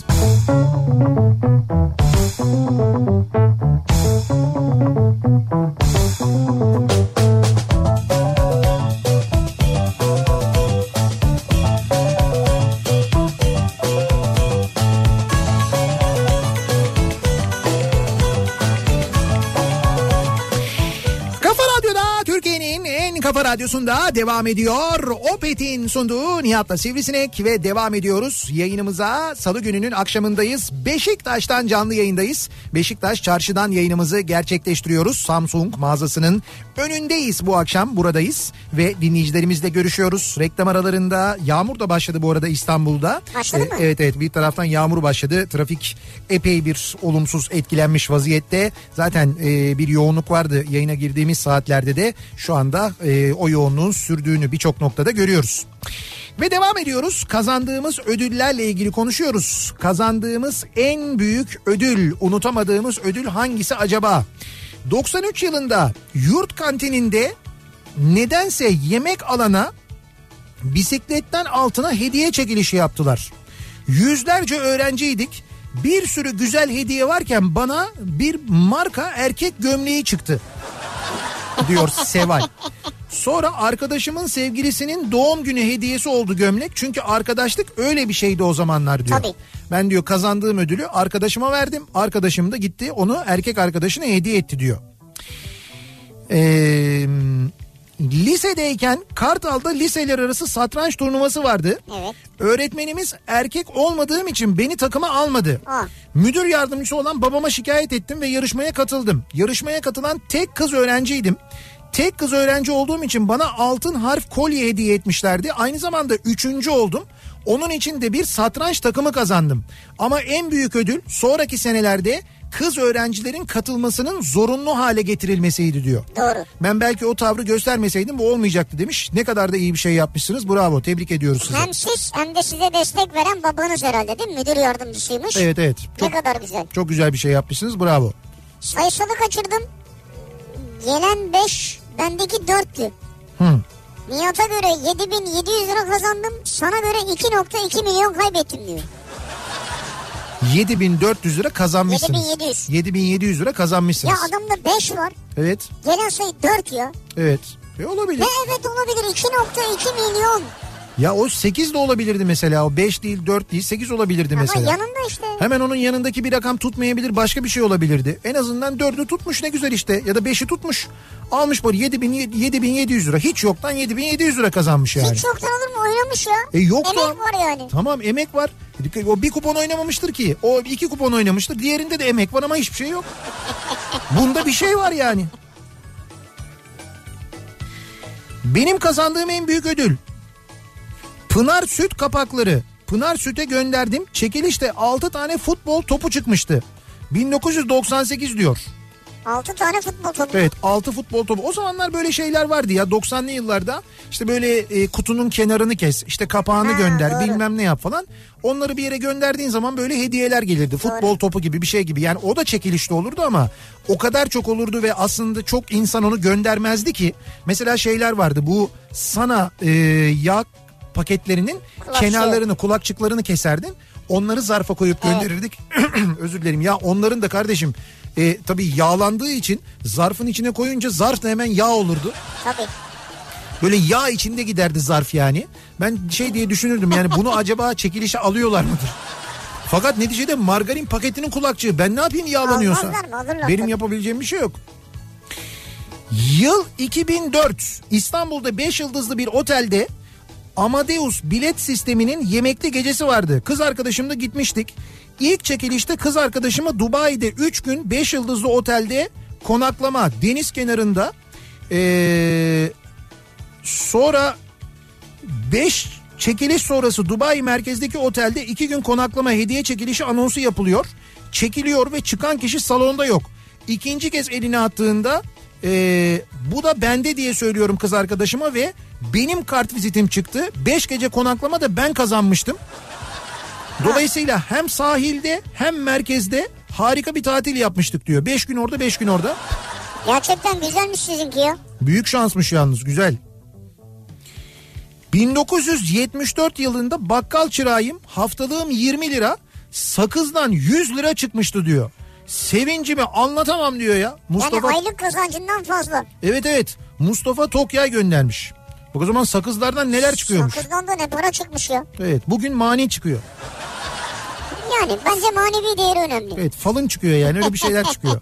Kafa Radyosu'nda devam ediyor. Opet'in sunduğu Nihat'la Sivrisinek ve devam ediyoruz. Yayınımıza salı gününün akşamındayız. Beşiktaş'tan canlı yayındayız. Beşiktaş Çarşı'dan yayınımızı gerçekleştiriyoruz. Samsung mağazasının önündeyiz bu akşam, buradayız. Ve dinleyicilerimizle görüşüyoruz. Reklam aralarında yağmur da başladı bu arada İstanbul'da. Başladı mı? Evet evet, bir taraftan yağmur başladı. Trafik epey bir olumsuz etkilenmiş vaziyette. Zaten e, bir yoğunluk vardı yayına girdiğimiz saatlerde de. Şu anda e, o yoğunluğun sürdüğünü birçok noktada görüyoruz. Ve devam ediyoruz. Kazandığımız ödüllerle ilgili konuşuyoruz. Kazandığımız en büyük ödül, unutamadığımız ödül hangisi acaba? doksan üç yılında yurt kantininde nedense yemek alana bisikletten altına hediye çekilişi yaptılar. Yüzlerce öğrenciydik. Bir sürü güzel hediye varken bana bir marka erkek gömleği çıktı diyor Seval. Sonra arkadaşımın sevgilisinin doğum günü hediyesi oldu gömlek. Çünkü arkadaşlık öyle bir şeydi o zamanlar diyor. Tabii. Ben diyor kazandığım ödülü arkadaşıma verdim. Arkadaşım da gitti onu erkek arkadaşına hediye etti diyor. Eee... Lisedeyken Kartal'da liseler arası satranç turnuvası vardı. Evet. Öğretmenimiz erkek olmadığım için beni takıma almadı. Aa. Müdür yardımcısı olan babama şikayet ettim ve yarışmaya katıldım. Yarışmaya katılan tek kız öğrenciydim. Tek kız öğrenci olduğum için bana altın harf kolye hediye etmişlerdi. Aynı zamanda üçüncü oldum. Onun için de bir satranç takımı kazandım. Ama en büyük ödül sonraki senelerde kız öğrencilerin katılmasının zorunlu hale getirilmesiydi diyor. Doğru. Ben belki o tavrı göstermeseydim bu olmayacaktı demiş. Ne kadar da iyi bir şey yapmışsınız. Bravo. Tebrik ediyoruz sizi. Hem siz hem de size destek veren babanız herhalde değil mi? Müdür yardımcısıymış. Evet evet. Çok, ne kadar güzel. Çok güzel bir şey yapmışsınız. Bravo. Sayısalı kaçırdım. Gelen beş, bendeki dörttü. Hı. Nihat'a göre yedi bin yedi yüz lira kazandım. Sana göre iki nokta iki milyon kaybettim diyor. yedi bin dört yüz lira kazanmışsınız. yedi bin yedi yüz. yedi bin yedi yüz lira kazanmışsınız. Ya adamda beş var. Evet. Gelen sayı dört ya. Evet. E olabilir. Ve evet olabilir iki nokta iki milyon. Ya o sekiz de olabilirdi mesela. O beş değil, dört değil, sekiz olabilirdi Ama mesela. Ama yanında işte. Hemen onun yanındaki bir rakam tutmayabilir, başka bir şey olabilirdi. En azından dördü tutmuş, ne güzel işte. Ya da beşi tutmuş. Almış böyle yedi bin yedi yüz lira. Hiç yoktan yedi bin yedi yüz lira kazanmış yani. Hiç yoktan olur mu? Oynamış ya. E yok Emek da. var yani. Tamam, emek var. O bir kupon oynamamıştır ki. O iki kupon oynamıştır. Diğerinde de emek var ama hiçbir şey yok. Bunda bir şey var yani. Benim kazandığım en büyük ödül. Pınar Süt kapakları. Pınar Süt'e gönderdim. Çekilişte altı tane futbol topu çıkmıştı. bin dokuz yüz doksan sekiz diyor. altı tane futbol topu. Evet, altı futbol topu. O zamanlar böyle şeyler vardı ya doksanlı yıllarda. İşte böyle e, kutunun kenarını kes, işte kapağını Ha, gönder, doğru. bilmem ne yap falan. Onları bir yere gönderdiğin zaman böyle hediyeler gelirdi. Futbol Doğru. topu gibi bir şey gibi. Yani o da çekilişte olurdu ama o kadar çok olurdu ve aslında çok insan onu göndermezdi ki. Mesela şeyler vardı, bu sana e, yağ paketlerinin Kulakçık. kenarlarını, kulakçıklarını keserdin. Onları zarfa koyup gönderirdik. Özür dilerim ya, onların da kardeşim e, tabii yağlandığı için zarfın içine koyunca zarf da hemen yağ olurdu. Tabii. Böyle yağ içinde giderdi zarf yani. Ben şey diye düşünürdüm yani, bunu acaba çekilişe alıyorlar mıdır? Fakat neticede margarin paketinin kulakçığı, ben ne yapayım yağlanıyorsa? Almazlar mı? Alırlar Benim tabii. yapabileceğim bir şey yok. Yıl iki bin dört, İstanbul'da beş yıldızlı bir otelde Amadeus bilet sisteminin yemekli gecesi vardı. Kız arkadaşımla gitmiştik. İlk çekilişte kız arkadaşıma Dubai'de üç gün beş yıldızlı otelde konaklama, deniz kenarında. Ee, sonra beş çekiliş sonrası Dubai merkezdeki otelde iki gün konaklama hediye çekilişi anonsu yapılıyor. Çekiliyor ve çıkan kişi salonda yok. İkinci kez eline attığında ee, bu da bende diye söylüyorum kız arkadaşıma ve benim kart vizitim çıktı. beş gece konaklama da ben kazanmıştım. Dolayısıyla hem sahilde hem merkezde harika bir tatil yapmıştık diyor. beş gün orada, beş gün orada. Gerçekten güzelmiş sizinki ya. Büyük şansmış yalnız, güzel. bin dokuz yüz yetmiş dört yılında bakkal çırağıyım, haftalığım yirmi lira, sakızdan yüz lira çıkmıştı diyor. Sevincimi anlatamam diyor ya. Mustafa... Yani aylık kazancından fazla. Evet evet, Mustafa Tokyay göndermiş. Bak o zaman sakızlardan neler çıkıyormuş. Sakızdan da ne para çıkmış ya. Evet, bugün mani çıkıyor. Yani bence manevi değeri önemli. Evet, falın çıkıyor yani, öyle bir şeyler çıkıyor.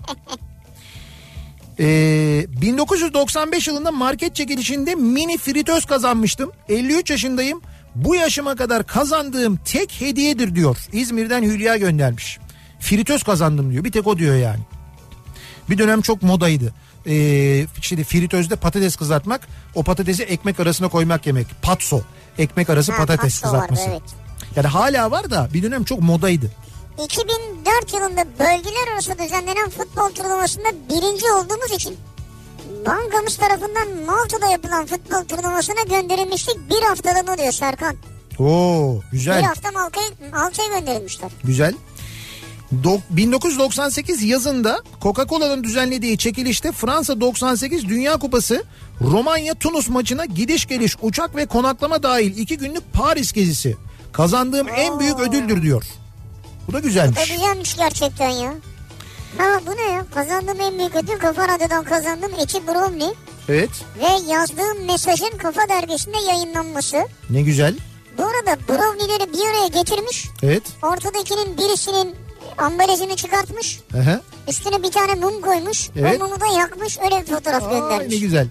Ee, bin dokuz yüz doksan beş yılında market çekilişinde mini fritöz kazanmıştım. elli üç yaşındayım. Bu yaşıma kadar kazandığım tek hediyedir diyor. İzmir'den Hülya göndermiş. Fritöz kazandım diyor. Bir tek o diyor yani. Bir dönem çok modaydı. Ee, şimdi fritözde patates kızartmak, o patatesi ekmek arasına koymak yemek. Patso. Ekmek arası Ha, patates patso kızartması. vardı, evet. Yani hala var da bir dönem çok modaydı. iki bin dört yılında bölgeler arası düzenlenen futbol turnuvasında birinci olduğumuz için bankamız tarafından Malta'da yapılan futbol turnuvasına gönderilmiştik. Bir haftalığına diyor Serkan. Oo, güzel. Bir hafta Malta'ya, Malta'ya gönderilmişler. Güzel. Do- bin dokuz yüz doksan sekiz yazında Coca-Cola'nın düzenlediği çekilişte Fransa doksan sekiz Dünya Kupası Romanya-Tunus maçına gidiş geliş uçak ve konaklama dahil iki günlük Paris gezisi. Kazandığım Oo. en büyük ödüldür diyor. Bu da güzelmiş. Bu da güzelmiş gerçekten ya. Ha bu ne ya? Kazandığım en büyük ödül Kafa Radyo'dan kazandığım iki brownie. Evet. Ve yazdığım mesajın Kafa Dergisi'nde yayınlanması. Ne güzel. Bu arada brownie'leri bir araya getirmiş. Evet. Ortadakinin birisinin ambalajını çıkartmış. Aha. Üstüne bir tane mum koymuş. Evet. O mumu da yakmış. Öyle bir fotoğraf Aa, göndermiş. ne güzel.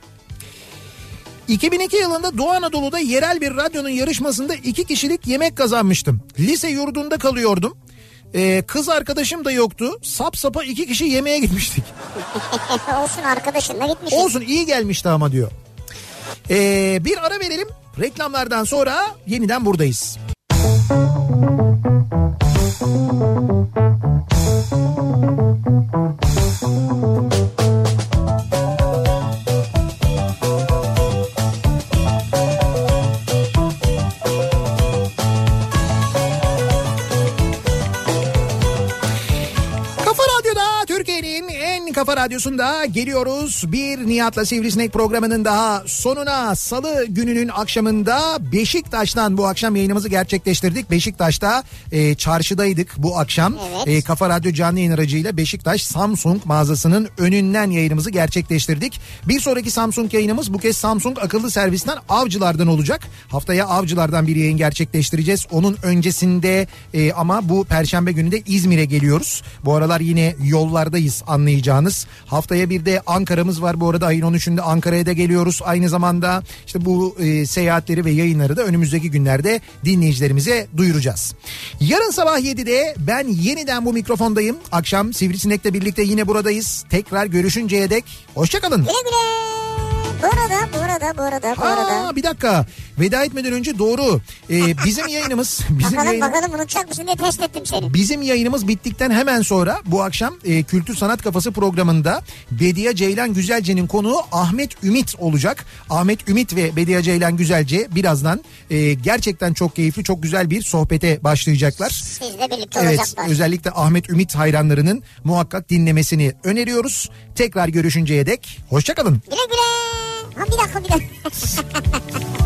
iki bin iki yılında Doğu Anadolu'da yerel bir radyonun yarışmasında iki kişilik yemek kazanmıştım. Lise yurdunda kalıyordum. Ee, kız arkadaşım da yoktu. Sap sapa iki kişi yemeğe gitmiştik. Olsun, arkadaşınla gitmişsin. Olsun, iyi gelmişti ama diyor. Ee, bir ara verelim. Reklamlardan sonra yeniden buradayız. Kafa Radyosu'nda geliyoruz. Bir Nihat'la Sivrisinek programının daha sonuna. Salı gününün akşamında Beşiktaş'tan bu akşam yayınımızı gerçekleştirdik. Beşiktaş'ta e, çarşıdaydık bu akşam. Evet. E, Kafa Radyo canlı yayın aracıyla Beşiktaş Samsung mağazasının önünden yayınımızı gerçekleştirdik. Bir sonraki Samsung yayınımız bu kez Samsung akıllı servisten Avcılar'dan olacak. Haftaya Avcılar'dan bir yayın gerçekleştireceğiz. Onun öncesinde e, ama bu Perşembe günü de İzmir'e geliyoruz. Bu aralar yine yollardayız anlayacağınız. Haftaya bir de Ankara'mız var bu arada, ayın on üçünde Ankara'ya da geliyoruz. Aynı zamanda işte bu e, seyahatleri ve yayınları da önümüzdeki günlerde dinleyicilerimize duyuracağız. Yarın sabah yedide ben yeniden bu mikrofondayım. Akşam Sivrisinek'le birlikte yine buradayız. Tekrar görüşünceye dek hoşçakalın. Güle güle. Bu arada, bu arada, bu arada, bu arada. Aa, bir dakika. Veda etmeden önce doğru. Ee, bizim yayınımız... Bizim bakalım yayın... bakalım unutacak mısın diye test ettim seni. Bizim yayınımız bittikten hemen sonra bu akşam e, Kültür Sanat Kafası programında Bediye Ceylan Güzelce'nin konuğu Ahmet Ümit olacak. Ahmet Ümit ve Bediye Ceylan Güzelce birazdan e, gerçekten çok keyifli, çok güzel bir sohbete başlayacaklar. Sizle birlikte evet, olacaklar. Özellikle Ahmet Ümit hayranlarının muhakkak dinlemesini öneriyoruz. Tekrar görüşünceye dek hoşçakalın. Güle güle. Ha bir dakika bir dakika.